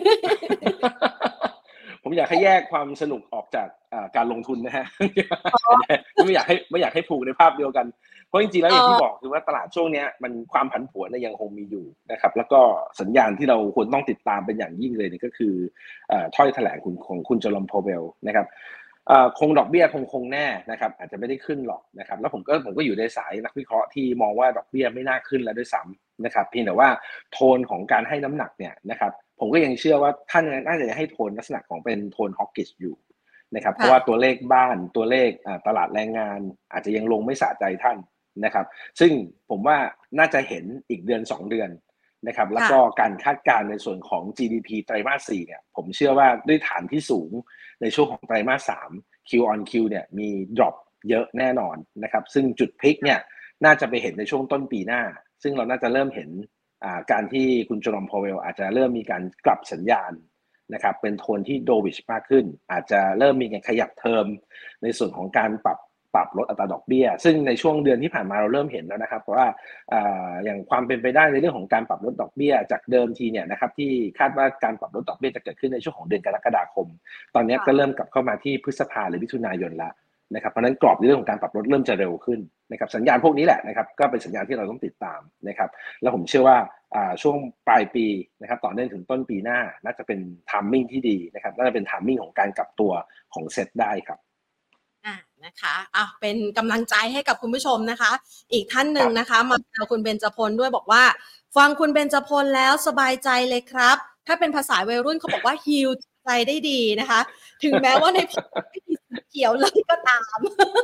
ผมอยากให้แยกความสนุกออกจากการลงทุนนะฮะไม่อยากให้ผูกในภาพเดียวกันเพราะจริงๆแล้วอย่างที่บอกคือว่าตลาดช่วงนี้มันความผันผวนยังคงมีอยู่นะครับแล้วก็สัญญาณที่เราควรต้องติดตามเป็นอย่างยิ่งเลยนี่ก็คือถ้อยแถลงของคุณเจอร์ม พาวเวลนะครับคงดอกเบี้ยคงแน่นะครับอาจจะไม่ได้ขึ้นหรอกนะครับแล้วผมก็อยู่ในสายนักวิเคราะห์ที่มองว่าดอกเบี้ยไม่น่าขึ้นแล้วด้วยซ้ำนะครับเพียงแต่ว่าโทนของการให้น้ำหนักเนี่ยนะครับผมก็ยังเชื่อว่าท่านน่าจะให้โทนลักษณะของเป็นโทนฮอกกิชอยู่นะครับเพราะว่าตัวเลขบ้านตัวเลขตลาดแรงงานอาจจะยังลงไม่สะใจท่านนะครับซึ่งผมว่าน่าจะเห็นอีกเดือน2เดือนนะครับแล้วก็การคาดการณ์ในส่วนของ GDP ไตรมาส4เนี่ยผมเชื่อว่าด้วยฐานที่สูงในช่วงของไตรมาส3 Q on Q เนี่ยมี drop เยอะแน่นอนนะครับซึ่งจุดพลิกเนี่ยน่าจะไปเห็นในช่วงต้นปีหน้าซึ่งเราน่าจะเริ่มเห็นการที่คุณเจอร์ม พาวเวลอาจจะเริ่มมีการกลับสัญญาณนะครับเป็นโทนที่โดวิชมากขึ้นอาจจะเริ่มมีการขยับเทอมในส่วนของการปรับปรับลดอัตราดอกเบี้ยซึ่งในช่วงเดือนที่ผ่านมาเราเริ่มเห็นแล้วนะครับเพราะว่าอย่างความเป็นไปได้ในเรื่องของการปรับลดดอกเบี้ยจากเดิมทีเนี่ยนะครับที่คาดว่าการปรับลดดอกเบี้ยจะเกิดขึ้นในช่วงของเดือนกรกฎาคมตอนนี้ก็เริ่มกลับเข้ามาที่พฤษภาหรือมิถุนายนแล้วนะครับเพราะนั้นกรอบในเรื่องของการปรับลดเริ่มจะเร็วขึ้นนะครับสัญญาณพวกนี้แหละนะครับก็เป็นสัญญาณที่เราต้องติดตามนะครับแล้วผมเชื่อว่าช่วงปลายปีนะครับต่อเนื่องถึงต้นปีหน้าน่าจะเป็นไทมิ่งที่ดีนะครับน่าจะเป็นไทมิ่งของการกลับตัวของเซ็ตได้ครับนะคะเป็นกำลังใจให้กับคุณผู้ชมนะคะอีกท่านหนึ่งนะคะมาเอาคุณเบญจพลด้วยบอกว่าฟังคุณเบญจพลแล้วสบายใจเลยครับถ้าเป็นภาษาวัยรุ่นเขาบอกว่าฮีลใจได้ดีนะคะถึงแม้ว่าในพอร์ตไม่มีสีเขียวเลยก็ตาม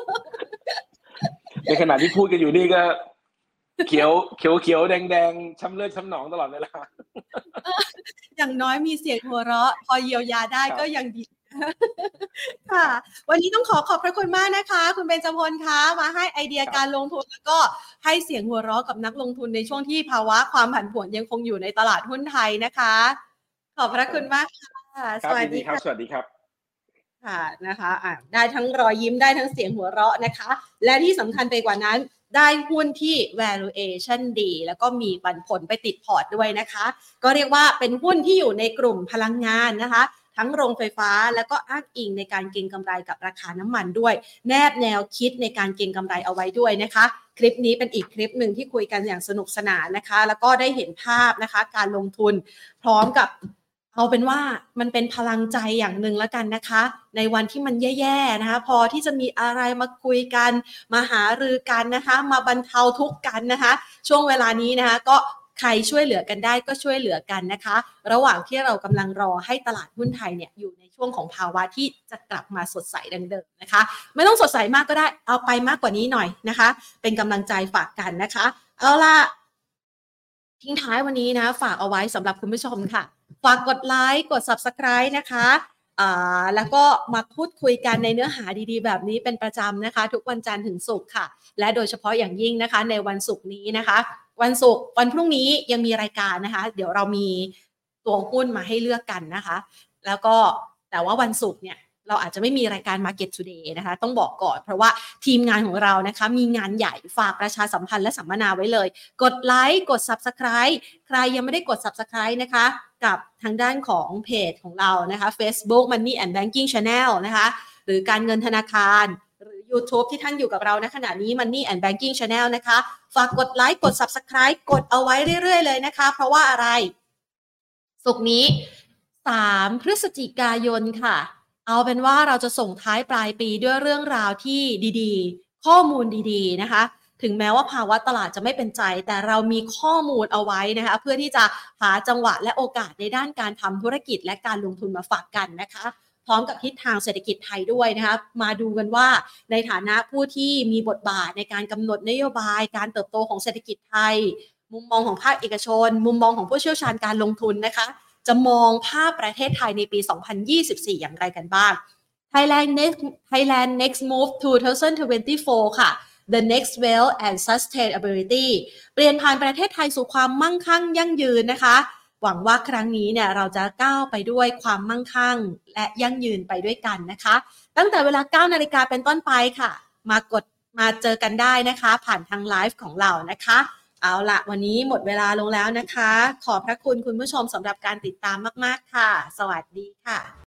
ในขณะที่พูดกันอยู่นี่ก็เขียวแดงช้ำเลือดช้ำหนองตลอดเวลาอย่างน้อยมีเสียงหัวเราะพอเยียวยาได้ก็ยังดีค่ะวันนี้ต้องขอบพระคุณมากนะคะคุณเบญจพลคะมาให้ไอเดียการลงทุนแล้วก็ให้เสียงหัวเราะกับนักลงทุนในช่วงที่ภาวะความผันผวนยังคงอยู่ในตลาดหุ้นไทยนะคะขอบพระคุณมากค่ะสวัสดีครับสวัสดีครับค่ะนะคะได้ทั้งรอยยิ้มได้ทั้งเสียงหัวเราะนะคะและที่สำคัญไปกว่านั้นได้หุ้นที่ valuation ดีแล้วก็มีปันผลไปติดพอร์ตด้วยนะคะก็เรียกว่าเป็นหุ้นที่อยู่ในกลุ่มพลังงานนะคะทั้งโรงไฟฟ้าแล้วก็อ้างอิงในการเก็งกำไรกับราคาน้ำมันด้วยแนบแนวคิดในการเก็งกำไรเอาไว้ด้วยนะคะคลิปนี้เป็นอีกคลิปหนึ่งที่คุยกันอย่างสนุกสนานนะคะแล้วก็ได้เห็นภาพนะคะการลงทุนพร้อมกับเอาเป็นว่ามันเป็นพลังใจอย่างหนึ่งแล้วกันนะคะในวันที่มันแย่ๆนะคะพอที่จะมีอะไรมาคุยกันมาหารือกันนะคะมาบรรเทาทุกข์กันนะคะช่วงเวลานี้นะคะก็ใครช่วยเหลือกันได้ก็ช่วยเหลือกันนะคะระหว่างที่เรากำลังรอให้ตลาดหุ้นไทยเนี่ยอยู่ในช่วงของภาวะที่จะกลับมาสดใสดังเดิมนะคะไม่ต้องสดใสมากก็ได้เอาไปมากกว่านี้หน่อยนะคะเป็นกำลังใจฝากกันนะคะเอาล่ะทิ้งท้ายวันนี้นะฝากเอาไว้สำหรับคุณผู้ชมค่ะฝากกดไลค์กด Subscribe นะคะแล้วก็มาพูดคุยกันในเนื้อหาดีๆแบบนี้เป็นประจำนะคะทุกวันจันทร์ถึงศุกร์ค่ะและโดยเฉพาะอย่างยิ่งนะคะในวันศุกร์นี้นะคะวันศุกร์วันพรุ่งนี้ยังมีรายการนะคะเดี๋ยวเรามีตัวหุ้นมาให้เลือกกันนะคะแล้วก็แต่ว่าวันศุกร์เนี่ยเราอาจจะไม่มีรายการ Market Today นะคะต้องบอกก่อนเพราะว่าทีมงานของเรานะคะมีงานใหญ่ฝากประชาสัมพันธ์และสัมมนาไว้เลยกดไลค์กด Subscribe ใครยังไม่ได้กด Subscribe นะคะกับทางด้านของเพจของเรานะคะ Facebook Money and Banking Channel นะคะหรือการเงินธนาคารหรือ YouTube ที่ท่านอยู่กับเราณขณะนี้ Money and Banking Channel นะคะฝากกดไลค์กด Subscribe กดเอาไว้เรื่อยๆเลยนะคะเพราะว่าอะไรศุกร์นี้3พฤศจิกายนค่ะเอาเป็นว่าเราจะส่งท้ายปลายปีด้วยเรื่องราวที่ดีๆข้อมูลดีๆนะคะถึงแม้ว่าภาวะตลาดจะไม่เป็นใจแต่เรามีข้อมูลเอาไว้นะคะเพื่อที่จะหาจังหวะและโอกาสในด้านการทำธุรกิจและการลงทุนมาฝากกันนะคะพร้อมกับทิศทางเศรษฐกิจไทยด้วยนะคะมาดูกันว่าในฐานะผู้ที่มีบทบาทในการกำหนดนโยบายการเติบโตของเศรษฐกิจไทยมุมมองของภาคเอกชนมุมมองของผู้เชี่ยวชาญการลงทุนนะคะจะมองภาพประเทศไทยในปี 2024 อย่างไรกันบ้าง Thailand Next Move 2024 ค่ะ The Next Wealth and Sustainability เปลี่ยนผ่านประเทศไทยสู่ความมั่งคั่งยั่งยืนนะคะหวังว่าครั้งนี้เนี่ยเราจะก้าวไปด้วยความมั่งคั่งและยั่งยืนไปด้วยกันนะคะตั้งแต่เวลา 9 นาฬิกาเป็นต้นไปค่ะมาเจอกันได้นะคะผ่านทางไลฟ์ของเรานะคะเอาละวันนี้หมดเวลาลงแล้วนะคะขอบพระคุณคุณผู้ชมสำหรับการติดตามมากๆค่ะสวัสดีค่ะ